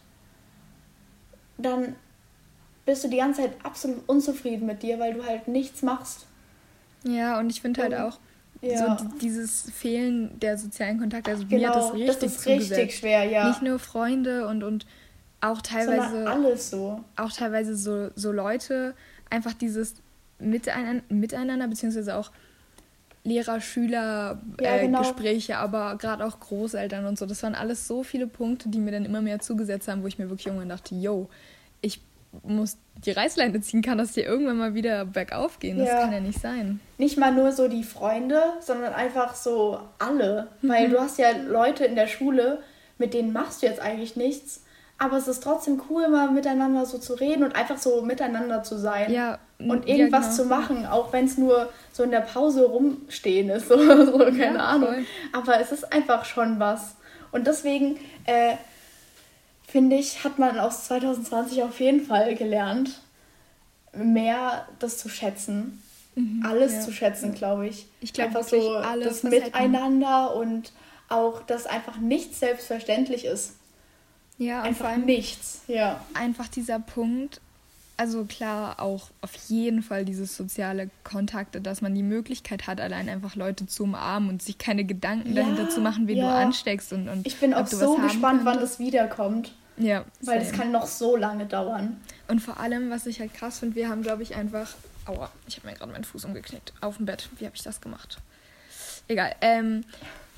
dann bist du die ganze Zeit absolut unzufrieden mit dir, weil du halt nichts machst. Ja, und ich finde halt Und- auch, Ja, so die- dieses Fehlen der sozialen Kontakte, also mir hat das genau, richtig das ist richtig zugesetzt. schwer, ja. Nicht nur Freunde und, und auch sondern teilweise alles so. auch teilweise so, so Leute, einfach dieses Miteinander, Miteinander beziehungsweise auch Lehrer, Schüler, Ja, äh, genau. Gespräche, aber gerade auch Großeltern und so. Das waren alles so viele Punkte, die mir dann immer mehr zugesetzt haben, wo ich mir wirklich irgendwann dachte, yo, ich muss die Reißleine ziehen, kann das hier irgendwann mal wieder bergauf gehen? Das Ja. kann ja nicht sein. Nicht mal nur so die Freunde, sondern einfach so alle. Weil Mhm. du hast ja Leute in der Schule, mit denen machst du jetzt eigentlich nichts. Aber es ist trotzdem cool, mal miteinander so zu reden und einfach so miteinander zu sein. Ja, Und ja, irgendwas genau. zu machen, auch wenn es nur so in der Pause rumstehen ist oder so, keine Ja, Ahnung. voll. Aber es ist einfach schon was. Und deswegen, äh, finde ich, hat man aus zwanzig zwanzig auf jeden Fall gelernt, mehr das zu schätzen. Alles Mhm, ja. zu schätzen, glaube ich. Ich glaube einfach wirklich so alle das Facetten. Miteinander und auch, dass einfach nichts selbstverständlich ist. Ja, und vor Einfach allem nichts, ja. einfach dieser Punkt, also klar auch auf jeden Fall dieses soziale Kontakte, dass man die Möglichkeit hat, allein einfach Leute zu umarmen und sich keine Gedanken Ja, dahinter zu machen, wen ja. du ansteckst und, und Ich bin ob auch du so was haben gespannt, wann könntest. das wiederkommt, Ja, weil das same. kann noch so lange dauern. Und vor allem, was ich halt krass finde, wir haben, glaube ich, einfach... Aua, ich habe mir gerade meinen Fuß umgeknickt. Auf dem Bett. Wie habe ich das gemacht? Egal. Ähm,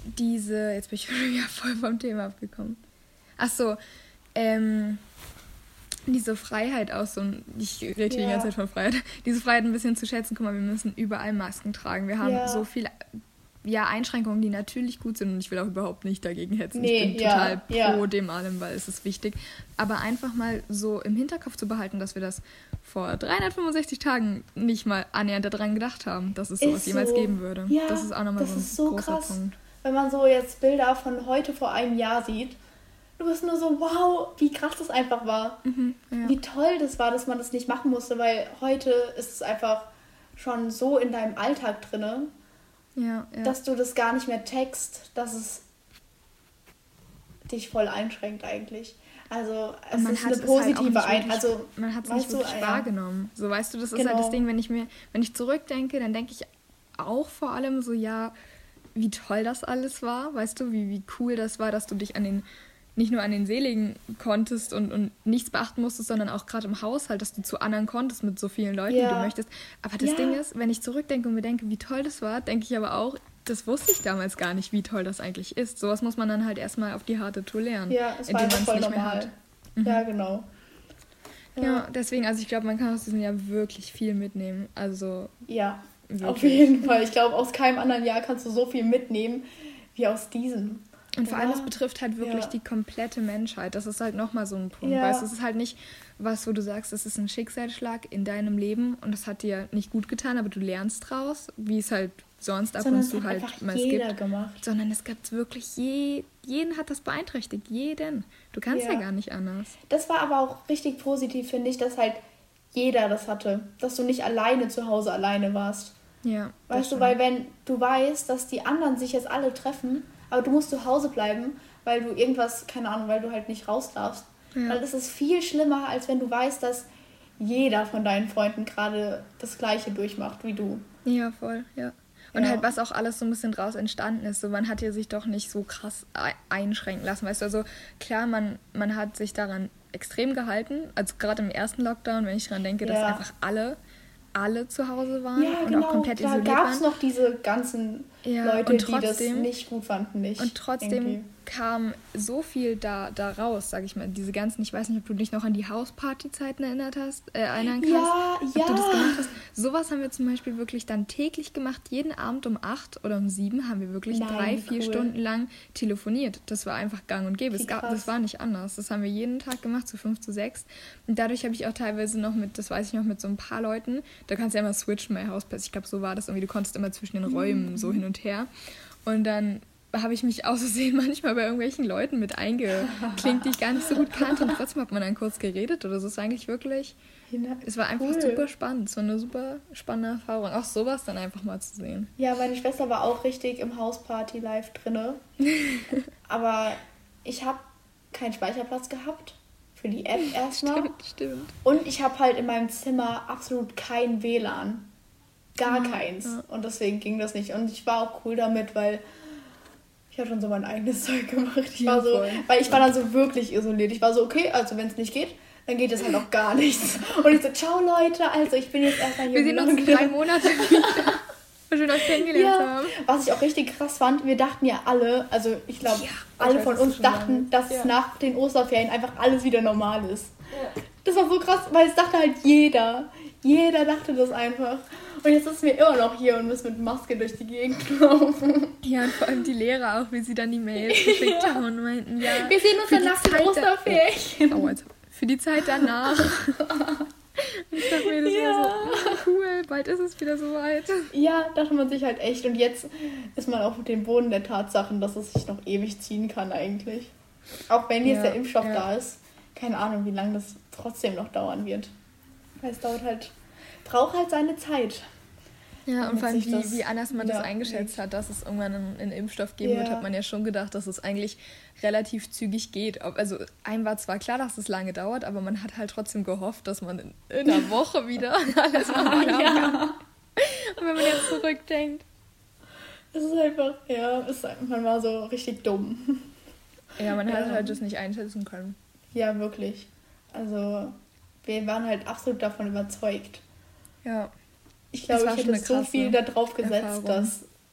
diese, jetzt bin ich schon wieder voll vom Thema abgekommen. Ach so, ähm, diese Freiheit aus so, ich rede hier Ja. die ganze Zeit von Freiheit, diese Freiheit ein bisschen zu schätzen, guck mal, wir müssen überall Masken tragen. Wir haben Ja. so viele, ja, Einschränkungen, die natürlich gut sind und ich will auch überhaupt nicht dagegen hetzen. Nee, ich bin ja, total pro ja. dem allem, weil es ist wichtig. Aber einfach mal so im Hinterkopf zu behalten, dass wir das vor dreihundertfünfundsechzig Tagen nicht mal annähernd daran gedacht haben, dass es sowas Ist jemals so. geben würde. Ja, das ist auch nochmal das so ein ist so großer krass. Punkt. Wenn man so jetzt Bilder von heute vor einem Jahr sieht, du bist nur so, wow, wie krass das einfach war. Mhm, ja. Wie toll das war, dass man das nicht machen musste, weil heute ist es einfach schon so in deinem Alltag drinne, Ja, ja. dass du das gar nicht mehr checkst, dass es dich voll einschränkt eigentlich. Also es Und man ist hat eine es halt auch positive nicht ein, wirklich- also man hat es weißt nicht du, wirklich ja. wahrgenommen. So, weißt du, das ist Genau. halt das Ding, wenn ich mir, wenn ich zurückdenke, dann denke ich auch vor allem so, ja, wie toll das alles war, weißt du, wie, wie cool das war, dass du dich an den, nicht nur an den See legen konntest und, und nichts beachten musstest, sondern auch gerade im Haushalt, dass du zu anderen konntest mit so vielen Leuten, Ja. wie du möchtest. Aber das Ja. Ding ist, wenn ich zurückdenke und mir denke, wie toll das war, denke ich aber auch, das wusste ich damals gar nicht, wie toll das eigentlich ist. Sowas muss man dann halt erstmal auf die harte Tour lernen, ja, es war indem einfach man es voll nicht mehr normal. hat. Mhm. Ja, genau. Ja, deswegen, also ich glaube, man kann aus diesem Jahr wirklich viel mitnehmen. Also Ja, wirklich. auf jeden Fall. Ich glaube, aus keinem anderen Jahr kannst du so viel mitnehmen wie aus diesem. Und vor allem, Ja. es betrifft halt wirklich Ja. die komplette Menschheit. Das ist halt nochmal so ein Punkt. Ja. Weißt du, es ist halt nicht was, wo du sagst, es ist ein Schicksalsschlag in deinem Leben und das hat dir nicht gut getan, aber du lernst draus, wie es halt sonst ab Sondern und es zu hat halt einfach mal jeder gibt. gemacht. Sondern es gibt wirklich, je, jeden hat das beeinträchtigt. Jeden. Du kannst ja. Ja. gar nicht anders. Das war aber auch richtig positiv, finde ich, dass halt jeder das hatte. Dass du nicht alleine zu Hause alleine warst. Ja. das Weißt du, stimmt. weil wenn du weißt, dass die anderen sich jetzt alle treffen, aber du musst zu Hause bleiben, weil du irgendwas, keine Ahnung, weil du halt nicht raus darfst, Ja. dann ist es viel schlimmer, als wenn du weißt, dass jeder von deinen Freunden gerade das Gleiche durchmacht wie du. Ja, voll, ja. Und Ja. halt, was auch alles so ein bisschen draus entstanden ist. So, man hat ja sich doch nicht so krass ei- einschränken lassen. Weißt du, also klar, man, man hat sich daran extrem gehalten. Also gerade im ersten Lockdown, wenn ich daran denke, dass Ja. einfach alle, alle zu Hause waren Ja, und genau. auch komplett Da isoliert gab es waren. noch diese ganzen Ja, Leute, und die das trotzdem- nicht gut fanden. Nicht Und trotzdem irgendwie. kam so viel da, da raus, sag ich mal. Diese ganzen, ich weiß nicht, ob du dich noch an die Hausparty-Zeiten erinnert hast, äh, erinnern kannst. Ja, ob ja. du das gemacht hast. Sowas haben wir zum Beispiel wirklich dann täglich gemacht. Jeden Abend um acht oder um sieben haben wir wirklich Nein, drei, wie vier cool. Stunden lang telefoniert. Das war einfach gang und gäbe. Wie Es gab, krass. das war nicht anders. Das haben wir jeden Tag gemacht, zu fünf, zu sechs. Und dadurch habe ich auch teilweise noch mit, das weiß ich noch, mit so ein paar Leuten, da kannst du ja immer switchen bei Hausparty. Ich glaube, so war das irgendwie. Du konntest immer zwischen den Räumen so hin und her. Und dann habe ich mich aus Versehen manchmal bei irgendwelchen Leuten mit eingeklinkt, die ich gar nicht so gut kannte. Und trotzdem hat man dann kurz geredet oder so. Es war eigentlich wirklich, es war einfach Cool. super spannend. Es war eine super spannende Erfahrung. Auch sowas dann einfach mal zu sehen. Ja, meine Schwester war auch richtig im Hausparty live drinne. Aber ich habe keinen Speicherplatz gehabt für die App erstmal. Stimmt, stimmt. Und ich habe halt in meinem Zimmer absolut kein W L A N. Gar Ja, keins. ja. Und deswegen ging das nicht. Und ich war auch cool damit, weil ich habe schon so mein eigenes Zeug gemacht. Ich Ja, war so, voll. weil ich war dann so wirklich isoliert. Ich war so, okay, also wenn es nicht geht, dann geht es halt auch gar nichts. Und ich so, ciao Leute, also ich bin jetzt erstmal hier. Wir sehen im uns in Lockdown. drei Monate wieder. Weil wir uns kennengelernt Ja, haben. was ich auch richtig krass fand, wir dachten ja alle, also ich glaube, Ja, ich alle weiß, von was du uns schon dachten, meinst. dass Ja. nach den Osterferien einfach alles wieder normal ist. Das war so krass, weil es dachte halt jeder. Jeder dachte das einfach. Und jetzt sitzen wir immer noch hier und müssen mit Maske durch die Gegend laufen. Ja, und vor allem die Lehrer auch, wie sie dann die Mails geschickt haben und meinten, ja. Wir sehen uns für dann die nach den Zeit da- Osterferien. Oh, jetzt. Für die Zeit danach. Und ich dachte mir, das Ja. war so oh, cool, bald ist es wieder soweit. Ja, dachte man sich halt echt. Und jetzt ist man auf dem Boden der Tatsachen, dass es sich noch ewig ziehen kann eigentlich. Auch wenn jetzt Ja, der Impfstoff ja. da ist. Keine Ahnung, wie lange das trotzdem noch dauern wird. Weil es dauert halt, braucht halt seine Zeit. Ja, und Damit vor allem, sich das wie, wie anders man das wieder eingeschätzt hat, dass es irgendwann einen, einen Impfstoff geben wird, Ja. hat man ja schon gedacht, dass es eigentlich relativ zügig geht. Ob- Also einem war zwar klar, dass es lange dauert, aber man hat halt trotzdem gehofft, dass man in, in einer Woche wieder alles normal haben kann. Ja, Und wenn man jetzt zurückdenkt. es ist einfach, ja, es ist, man war so richtig dumm. Ja, man hat Ja. halt das nicht einschätzen können. Ja, wirklich. Also, wir waren halt absolut davon überzeugt. Ja. Ich Das glaube, war ich schon hätte eine so krasse viel darauf gesetzt, Erfahrung. dass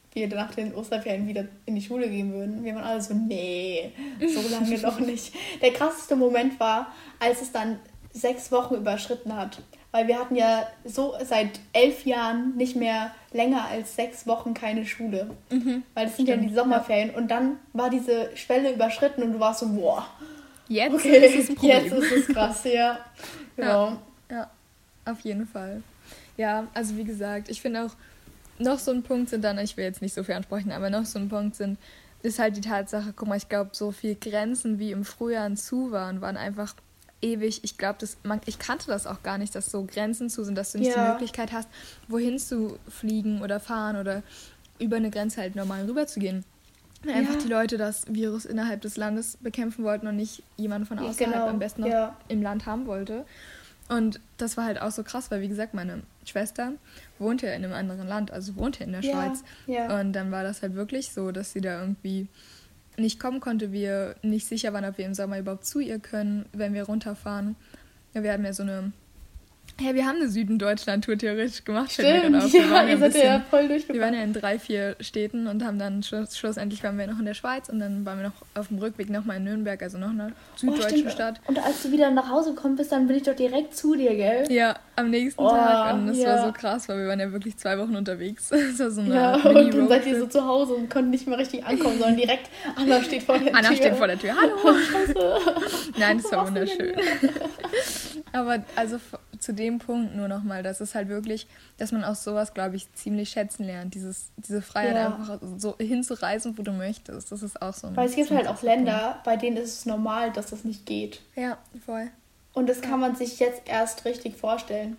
wir nach den Osterferien wieder in die Schule gehen würden. Wir waren alle so, nee, so lange doch nicht. Der krasseste Moment war, als es dann sechs Wochen überschritten hat. Weil wir hatten ja so seit elf Jahren nicht mehr länger als sechs Wochen keine Schule. Mhm. Weil das sind ja die Sommerferien. Und dann war diese Schwelle überschritten und du warst so, boah. Jetzt okay, ist es ein Problem. Jetzt ist es krass, ja. Genau. Ja, ja, auf jeden Fall. Ja, also wie gesagt, ich finde auch, noch so ein Punkt sind dann, ich will jetzt nicht so viel ansprechen, aber noch so ein Punkt sind, ist halt die Tatsache, guck mal, ich glaube, so viel Grenzen wie im Frühjahr zu waren, waren einfach ewig. Ich glaube, das, man, ich kannte das auch gar nicht, dass so Grenzen zu sind, dass du nicht Ja. die Möglichkeit hast, wohin zu fliegen oder fahren oder über eine Grenze halt normal rüber zu gehen. Weil einfach Ja. die Leute das Virus innerhalb des Landes bekämpfen wollten und nicht jemand von außerhalb Genau, am besten noch ja. im Land haben wollte. Und das war halt auch so krass, weil wie gesagt, meine Schwester wohnt ja in einem anderen Land, also wohnt ja in der Ja, Schweiz. ja. Und dann war das halt wirklich so, dass sie da irgendwie nicht kommen konnte, wir nicht sicher waren, ob wir im Sommer überhaupt zu ihr können, wenn wir runterfahren. Ja, wir haben ja so eine, ja, wir haben eine Süden-Deutschland-Tour theoretisch gemacht. fällt mir Stimmt, gerade auf. Wir ja, waren ja ihr ein seid ja bisschen- voll Wir durchgefahren. waren ja in drei, vier Städten und haben dann schluss, schlussendlich waren wir noch in der Schweiz und dann waren wir noch auf dem Rückweg nochmal in Nürnberg, also noch einer Oh, süddeutschen stimmt. Stadt. Und als du wieder nach Hause gekommen bist, dann bin ich doch direkt zu dir, gell? Ja, am nächsten Oh, Tag und das ja. war so krass, weil wir waren ja wirklich zwei Wochen unterwegs. Das war so eine Ja, Art und dann seid ihr Mini-Roadtrip. so zu Hause und konnten nicht mehr richtig ankommen, sondern direkt Anna steht vor der Anna Tür. steht vor der Tür. Hallo! Nein, das war Was machst du denn wunderschön. Aber also f- zu dem Punkt nur nochmal, das ist halt wirklich, dass man auch sowas, glaube ich, ziemlich schätzen lernt. Dieses, diese Freiheit Ja. einfach so hinzureisen, wo du möchtest. Das ist auch so ein... Weil es gibt so ein halt auch krasser Länder, bei denen ist es normal, dass das nicht geht. Punkt. Ja, voll. Und das kann man sich jetzt erst richtig vorstellen.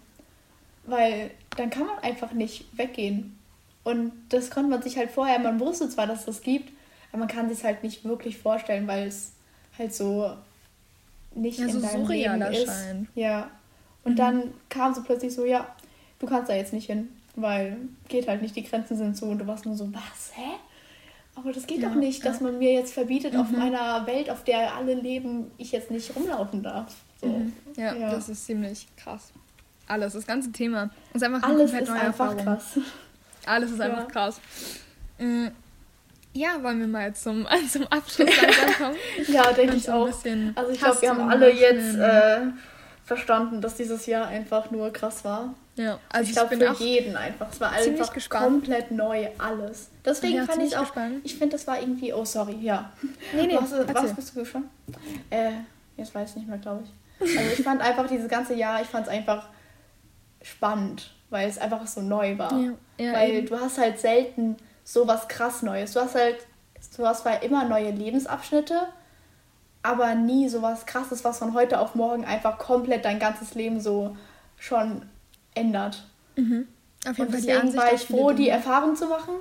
Weil dann kann man einfach nicht weggehen. Und das konnte man sich halt vorher, man wusste zwar, dass es das gibt, aber man kann sich es halt nicht wirklich vorstellen, weil es halt so nicht Ja, in so deinem Leben surreal ist. erscheint. Ja. Und Mhm. dann kam so plötzlich so, ja, du kannst da jetzt nicht hin, weil geht halt nicht, die Grenzen sind zu und du warst nur so, was, hä? Aber das geht Ja, doch nicht, dass ja. man mir jetzt verbietet, auf Mhm. meiner Welt, auf der alle leben, ich jetzt nicht rumlaufen darf. So. Mhm. Ja, Ja. das ist ziemlich krass. Alles, das ganze Thema. Ist einfach eine Alles komplett ist neue einfach Erfahrung. krass. Alles ist Ja. einfach krass. Mm, Ja, wollen wir mal zum, zum Abschluss langsam kommen? Ja, denke Und ich so ein auch. bisschen Also ich Hass glaube, wir haben zum alle jetzt Nachnehmen. äh, verstanden, dass dieses Jahr einfach nur krass war. Ja, also ich ich, glaube bin für auch jeden einfach. Es war ziemlich einfach gespannt. komplett neu alles. Deswegen Ja, fand ziemlich ich auch, gespannt. ich finde, das war irgendwie, oh sorry, ja. Nee, nee, was, was erzähl. bist du gespannt? Äh, jetzt weiß ich nicht mehr, glaube ich. Also ich fand einfach dieses ganze Jahr, ich fand es einfach spannend, weil es einfach so neu war. Ja, ja, weil eben. du hast halt selten sowas krass Neues. Du hast halt, du hast zwar immer neue Lebensabschnitte, aber nie sowas krasses, was von heute auf morgen einfach komplett dein ganzes Leben so schon ändert. Mhm. Auf jeden Und Fall die deswegen Ansicht war auf ich viele froh, die Dinge. Erfahrung zu machen,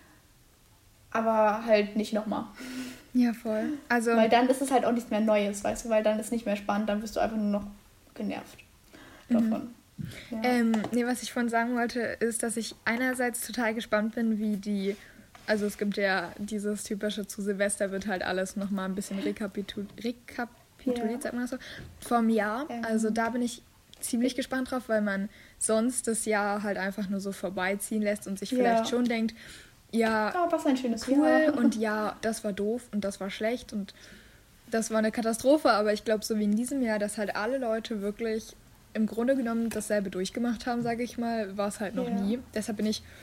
aber halt nicht nochmal. Ja, voll. Also, Weil dann ist es halt auch nichts mehr Neues, weißt du, weil dann ist nicht mehr spannend, dann bist du einfach nur noch genervt davon. Ja. ähm, nee, was ich vorhin sagen wollte, ist, dass ich einerseits total gespannt bin, wie die, also es gibt ja dieses typische, zu Silvester wird halt alles nochmal ein bisschen rekapitul rekapituliert, Ja. sagt man das so, vom Jahr. Ähm. Also da bin ich ziemlich gespannt drauf, weil man sonst das Jahr halt einfach nur so vorbeiziehen lässt und sich Ja. vielleicht schon denkt, ja, Ah, was ein schönes cool Jahr. und ja, das war doof und das war schlecht und das war eine Katastrophe, aber ich glaube, so wie in diesem Jahr, dass halt alle Leute wirklich im Grunde genommen dasselbe durchgemacht haben, sage ich mal, war es halt noch Ja. nie. Deshalb bin ich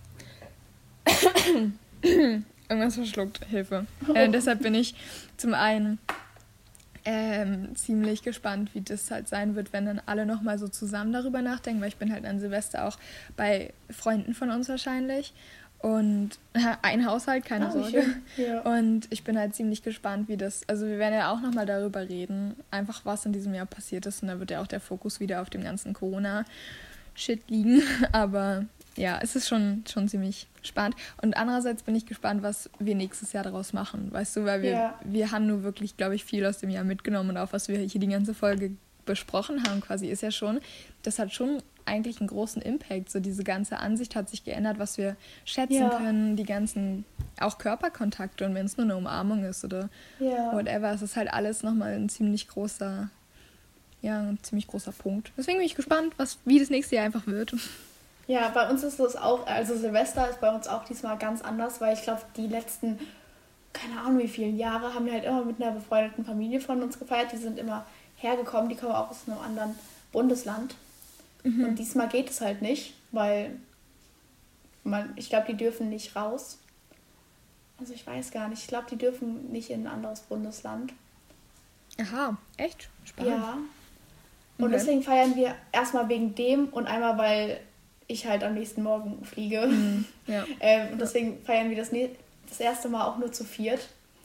irgendwas verschluckt, Hilfe. Äh, deshalb bin ich zum einen ähm, ziemlich gespannt, wie das halt sein wird, wenn dann alle nochmal so zusammen darüber nachdenken, weil ich bin halt an Silvester auch bei Freunden von uns wahrscheinlich und ein Haushalt, keine Ah, wie Sorge. schön. Ja. Und ich bin halt ziemlich gespannt, wie das, also wir werden ja auch nochmal darüber reden, einfach was in diesem Jahr passiert ist und da wird ja auch der Fokus wieder auf dem ganzen Corona-Shit liegen, aber ja, es ist schon, schon ziemlich spannend. Und andererseits bin ich gespannt, was wir nächstes Jahr daraus machen, weißt du, weil wir, Ja. wir haben nur wirklich, glaube ich, viel aus dem Jahr mitgenommen und auch was wir hier die ganze Folge besprochen haben quasi, ist ja schon, das hat schon eigentlich einen großen Impact, so diese ganze Ansicht hat sich geändert, was wir schätzen Ja. können, die ganzen, auch Körperkontakte und wenn es nur eine Umarmung ist oder Ja. whatever, es ist halt alles nochmal ein ziemlich großer, ja, ein ziemlich großer Punkt. Deswegen bin ich gespannt, was, wie das nächste Jahr einfach wird. Ja, bei uns ist es auch, also Silvester ist bei uns auch diesmal ganz anders, weil ich glaube, die letzten, keine Ahnung wie vielen Jahre, haben wir halt immer mit einer befreundeten Familie von uns gefeiert. Die sind immer hergekommen, die kommen auch aus einem anderen Bundesland. Mhm. Und diesmal geht es halt nicht, weil man, ich glaube, die dürfen nicht raus. Also ich weiß gar nicht, ich glaube, die dürfen nicht in ein anderes Bundesland. Aha, echt? Spannend. Ja. Und Okay. deswegen feiern wir erstmal wegen dem und einmal, weil ich halt am nächsten Morgen fliege. Mhm. Ja. ähm, und deswegen feiern wir das, ne- das erste Mal auch nur zu viert.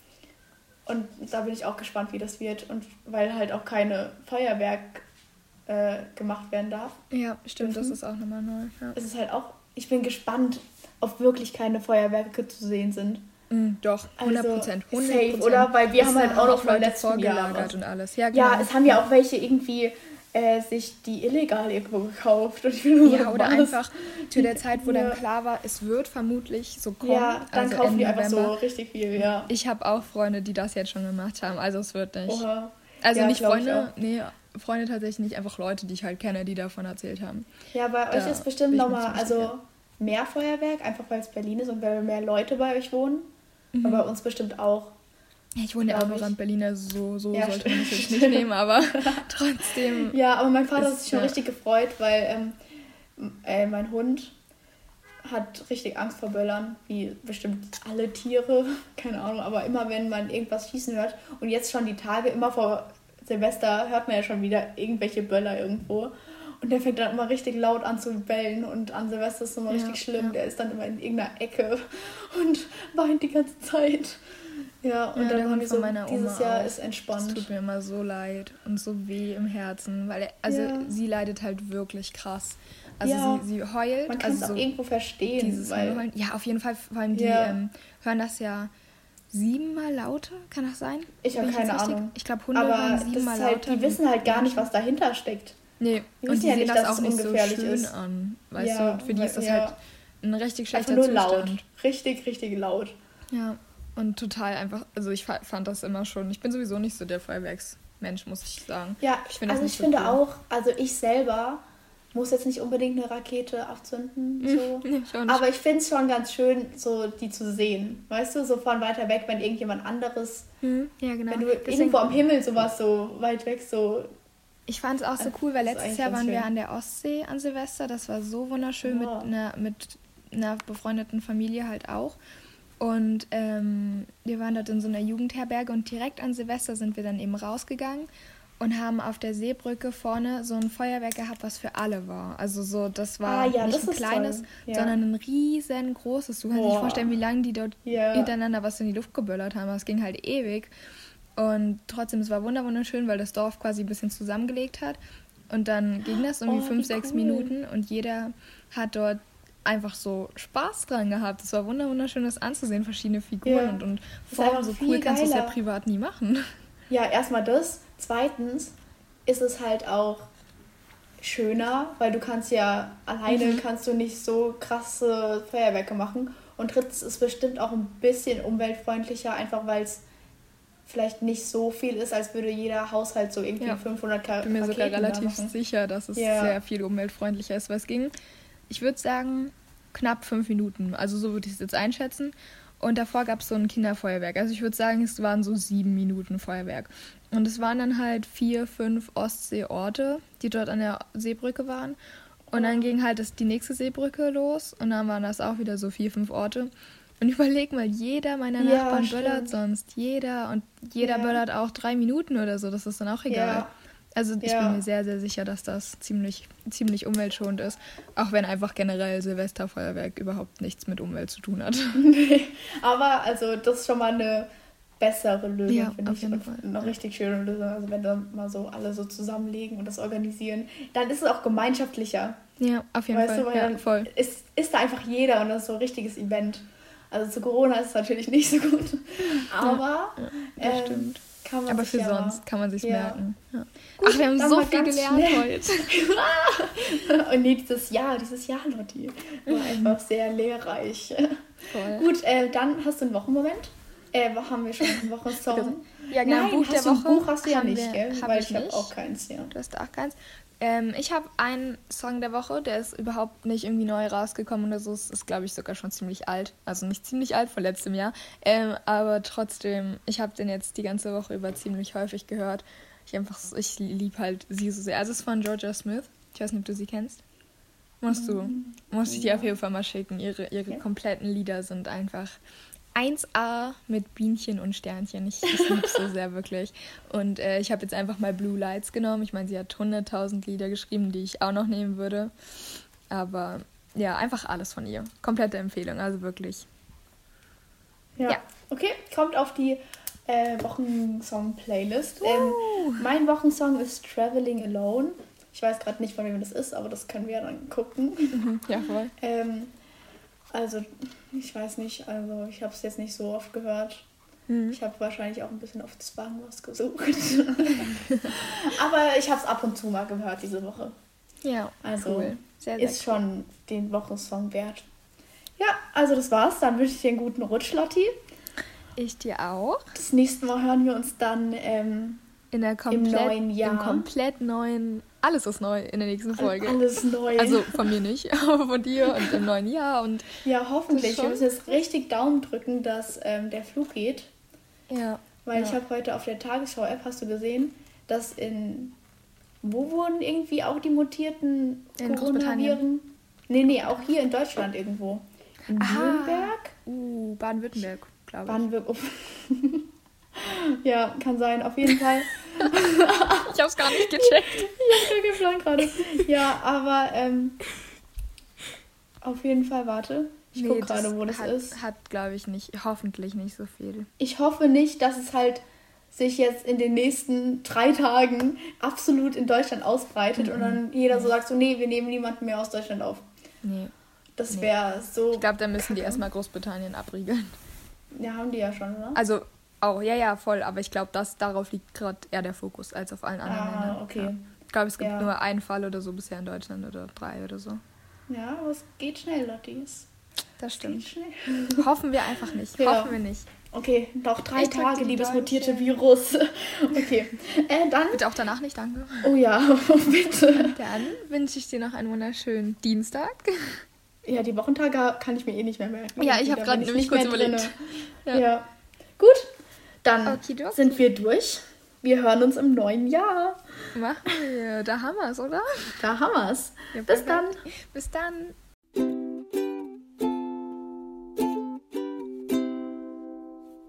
Und da bin ich auch gespannt, wie das wird. Und weil halt auch keine Feuerwerk äh, gemacht werden darf. Ja, stimmt, das Dürfen. ist auch nochmal neu. Ja. Es ist halt auch, ich bin gespannt, ob wirklich keine Feuerwerke zu sehen sind. Mhm, doch, hundert Prozent. Also, safe, oder? Weil wir haben halt auch noch von letzten Jahr vorgelagert und alles. Ja, Ja, genau. es haben ja auch welche irgendwie äh, sich die illegal irgendwo gekauft. Und ich bin nur so, Ja, oder was? einfach zu der Zeit, wo Ja. dann klar war, es wird vermutlich so kommen. Ja, dann also kaufen Ende die einfach November. so richtig viel, ja. Ich habe auch Freunde, die das jetzt schon gemacht haben, also es wird nicht. Oha. Also Ja, nicht glaub ich Freunde, nee, Freunde tatsächlich nicht, einfach Leute, die ich halt kenne, die davon erzählt haben. Ja, bei Da euch ist bestimmt bin ich mir nochmal, ziemlich also sicher. mehr Feuerwerk, einfach weil es Berlin ist und weil mehr Leute bei euch wohnen. Aber bei uns bestimmt auch. Ja, ich wohne ja auch Glaub im ich. Rand Berlin, also so, so Ja, sollte man das stimmt. jetzt nicht nehmen, aber trotzdem. Ja, aber mein Vater hat Ist, sich schon ja. richtig gefreut, weil ähm, äh, mein Hund hat richtig Angst vor Böllern, wie bestimmt alle Tiere, keine Ahnung, aber immer wenn man irgendwas schießen hört und jetzt schon die Tage, immer vor Silvester hört man ja schon wieder irgendwelche Böller irgendwo und der fängt dann immer richtig laut an zu bellen und an Silvester ist es immer Ja, richtig schlimm, ja. der ist dann immer in irgendeiner Ecke und weint die ganze Zeit. Ja, und Ja, der dann haben Hund wir von so, meiner Oma dieses Jahr auch. ist Es entspannt. tut mir immer so leid und so weh im Herzen, weil er, also Ja. sie leidet halt wirklich krass. Also Ja. sie, sie heult. Man kann es also auch so irgendwo verstehen, dieses weil Heulen. Ja, auf jeden Fall, vor allem die Ja. ähm, hören das ja siebenmal lauter, kann das sein? ich habe Bin keine jetzt richtig? Ahnung. Ich glaube, Hunde Aber hören das siebenmal ist halt, lauter. die wie wissen halt gar nicht, Menschen. was dahinter steckt. Nee, Die und wissen die ja sehen nicht, das dass auch es nicht so ungefährlich schön ist. an. Weißt Ja, du, für die ist das ja. halt ein richtig schlechter Einfach nur Zustand. laut. Richtig, richtig laut. Ja, und total einfach, also ich fa- fand das immer schon, ich bin sowieso nicht so der Feuerwerksmensch, muss ich sagen. Ja, Ich finde das also nicht ich so finde cool. auch, also ich selber muss jetzt nicht unbedingt eine Rakete abzünden, so. Nee, ich auch nicht. Aber ich finde es schon ganz schön, so die zu sehen. Weißt du, so von weiter weg, wenn irgendjemand anderes, Hm, ja, genau. wenn du Deswegen, irgendwo am Himmel sowas so weit weg so. ich fand es auch so cool, weil Das ist letztes eigentlich Jahr ganz waren wir schön. an der Ostsee an Silvester. Das war so wunderschön Ja. mit, einer, mit einer befreundeten Familie halt auch. Und ähm, wir waren dort in so einer Jugendherberge und direkt an Silvester sind wir dann eben rausgegangen und haben auf der Seebrücke vorne so ein Feuerwerk gehabt, was für alle war. Also so, das war Ah, ja, nicht das ein ist kleines, toll. Ja. sondern ein riesengroßes. Du kannst dir nicht Boah. vorstellen, wie lange die dort Ja. hintereinander was in die Luft geböllert haben. Es ging halt ewig. Und trotzdem, es war wunder- wunderschön, weil das Dorf quasi ein bisschen zusammengelegt hat. Und dann ging das irgendwie Oh, fünf, wie sechs cool. Minuten und jeder hat dort einfach so Spaß dran gehabt. Es war wunder- wunderschön, das anzusehen, verschiedene Figuren Ja. und, und ist Formen. einfach So viel cool kannst du es ja geiler. privat nie machen. Ja, erstmal das. Zweitens ist es halt auch schöner, weil du kannst ja alleine Mhm. kannst du nicht so krasse Feuerwerke machen. Und drittens ist bestimmt auch ein bisschen umweltfreundlicher, einfach weil es vielleicht nicht so viel ist, als würde jeder Haushalt so irgendwie Ja. fünfhundert Ka- Ich bin mir sogar Raketen da relativ machen. sicher, dass es Ja. sehr viel umweltfreundlicher ist, was ging. Ich würde sagen, knapp fünf Minuten. Also so würde ich es jetzt einschätzen. Und davor gab es so ein Kinderfeuerwerk. Also ich würde sagen, es waren so sieben Minuten Feuerwerk. Und es waren dann halt vier, fünf Ostseeorte, die dort an der Seebrücke waren. Und dann ging halt das, die nächste Seebrücke los. Und dann waren das auch wieder so vier, fünf Orte. Und überleg mal, jeder meiner Ja, Nachbarn stimmt. böllert sonst. Jeder. Und jeder Ja. böllert auch drei Minuten oder so. Das ist dann auch egal. Ja. Also ich Ja. bin mir sehr, sehr sicher, dass das ziemlich, ziemlich umweltschonend ist. Auch wenn einfach generell Silvesterfeuerwerk überhaupt nichts mit Umwelt zu tun hat. Nee, aber also das ist schon mal eine bessere Lösung, Ja, finde auf ich. jeden Und Fall. eine richtig schöne Lösung. Also wenn da mal so alle so zusammenlegen und das organisieren, dann ist es auch gemeinschaftlicher. Ja, auf jeden Weißt Fall. du, weil Ja, dann voll. Ist, ist da einfach jeder und das ist so ein richtiges Event. Also zu Corona ist es natürlich nicht so gut. Aber Das ähm, stimmt. kann man Aber sich für ja sonst mal- kann man sich's Ja. merken. Ja. Gut, Ach, wir haben dann so mal viel ganz gelernt schnell. heute. Und nee, dieses Jahr, dieses Jahr, Lotti, war einfach sehr lehrreich. Voll. Gut, äh, dann hast du einen Wochenmoment. Äh, wo haben wir schon einen Wochensong? Ja, genau, Nein, Buch hast der du ein Woche Buch hast du ja haben nicht, wir- gell? hab Weil ich ich habe nicht. auch keins, ja. Du hast auch keins. Ähm, ich habe einen Song der Woche, der ist überhaupt nicht irgendwie neu rausgekommen oder so. Es ist, glaube ich, sogar schon ziemlich alt. Also nicht ziemlich alt, von letztem Jahr. Ähm, aber trotzdem, ich habe den jetzt die ganze Woche über ziemlich häufig gehört. Ich einfach, ich liebe halt sie so sehr. Also es ist von Georgia Smith. Ich weiß nicht, ob du sie kennst. Musst du. Muss ich dir auf jeden Fall mal schicken. Ihre, ihre Ja. kompletten Lieder sind einfach eins A mit Bienchen und Sternchen. Ich, ich liebe so sehr, wirklich. Und äh, ich habe jetzt einfach mal Blue Lights genommen. Ich meine, sie hat hunderttausend Lieder geschrieben, die ich auch noch nehmen würde. Aber ja, einfach alles von ihr. Komplette Empfehlung, also wirklich. Ja. Ja. Okay, kommt auf die äh, Wochensong-Playlist. Ähm, mein Wochensong ist Traveling Alone. Ich weiß gerade nicht, von wem das ist, aber das können wir ja dann gucken. Mhm, ja, voll. Ähm, also, ich weiß nicht, also ich habe es jetzt nicht so oft gehört. Mhm. Ich habe wahrscheinlich auch ein bisschen auf Zwang was gesucht. Aber ich habe es ab und zu mal gehört diese Woche. Ja, Also cool. Sehr, sehr ist schon den Wochensong wert. Ja, also das war's. Dann wünsche ich dir einen guten Rutsch, Lotti. Ich dir auch. Das nächste Mal hören wir uns dann ähm, In der komplett, neuen Jahr. Im komplett neuen... Alles ist neu in der nächsten Folge. alles neu. Also von mir nicht, aber von dir und im neuen Jahr. Und ja, hoffentlich. schon. Wir müssen jetzt richtig Daumen drücken, dass ähm, der Flug geht. ja, Weil ja. ich habe heute auf der Tagesschau-App, hast du gesehen, dass in... Wo wurden irgendwie auch die mutierten In Coronaviren? Nee, nee, auch hier in Deutschland irgendwo. In Aha. Nürnberg? Uh, Baden-Württemberg, glaube ich. Baden-Württemberg. Ja, kann sein, auf jeden Fall. Ich habe es gar nicht gecheckt. Ich habe geplant gerade. Ja, aber ähm, auf jeden Fall, warte. Ich gucke gerade, wo das hat, ist. Hat, glaube ich, nicht, hoffentlich nicht so viel. Ich hoffe nicht, dass es halt sich jetzt in den nächsten drei Tagen absolut in Deutschland ausbreitet Mhm. und dann jeder so sagt so, nee, wir nehmen niemanden mehr aus Deutschland auf. Nee. Das Nee. wäre so... Ich glaube, da müssen die erstmal Großbritannien abriegeln. Ja, haben die ja schon, oder? Also, auch, ja, ja, voll. Aber ich glaube, dass darauf liegt gerade eher der Fokus als auf allen anderen Ah, Ländern. okay. Ja. Ich glaube, es gibt Ja. nur einen Fall oder so bisher in Deutschland oder drei oder so. Ja, aber es geht schnell, Lottis. Das Es geht stimmt. schnell. Hoffen wir einfach nicht. Ja. Hoffen wir nicht. Okay, noch drei Ich drück Tage, die liebes Däumchen. mutierte Virus. Okay, äh, dann... Bitte auch danach nicht, danke. Oh ja, bitte. Dann wünsche ich dir noch einen wunderschönen Dienstag. Ja, die Wochentage kann ich mir eh nicht mehr merken. Ja, ich habe Da gerade bin nämlich nicht kurz mehr überlegt. drinne. Ja. Ja. Gut, dann Okidoki. sind wir durch. Wir hören uns im neuen Jahr. Machen wir. Da haben wir es, oder? Da haben wir's. Ja, Bis perfekt. dann. Bis dann.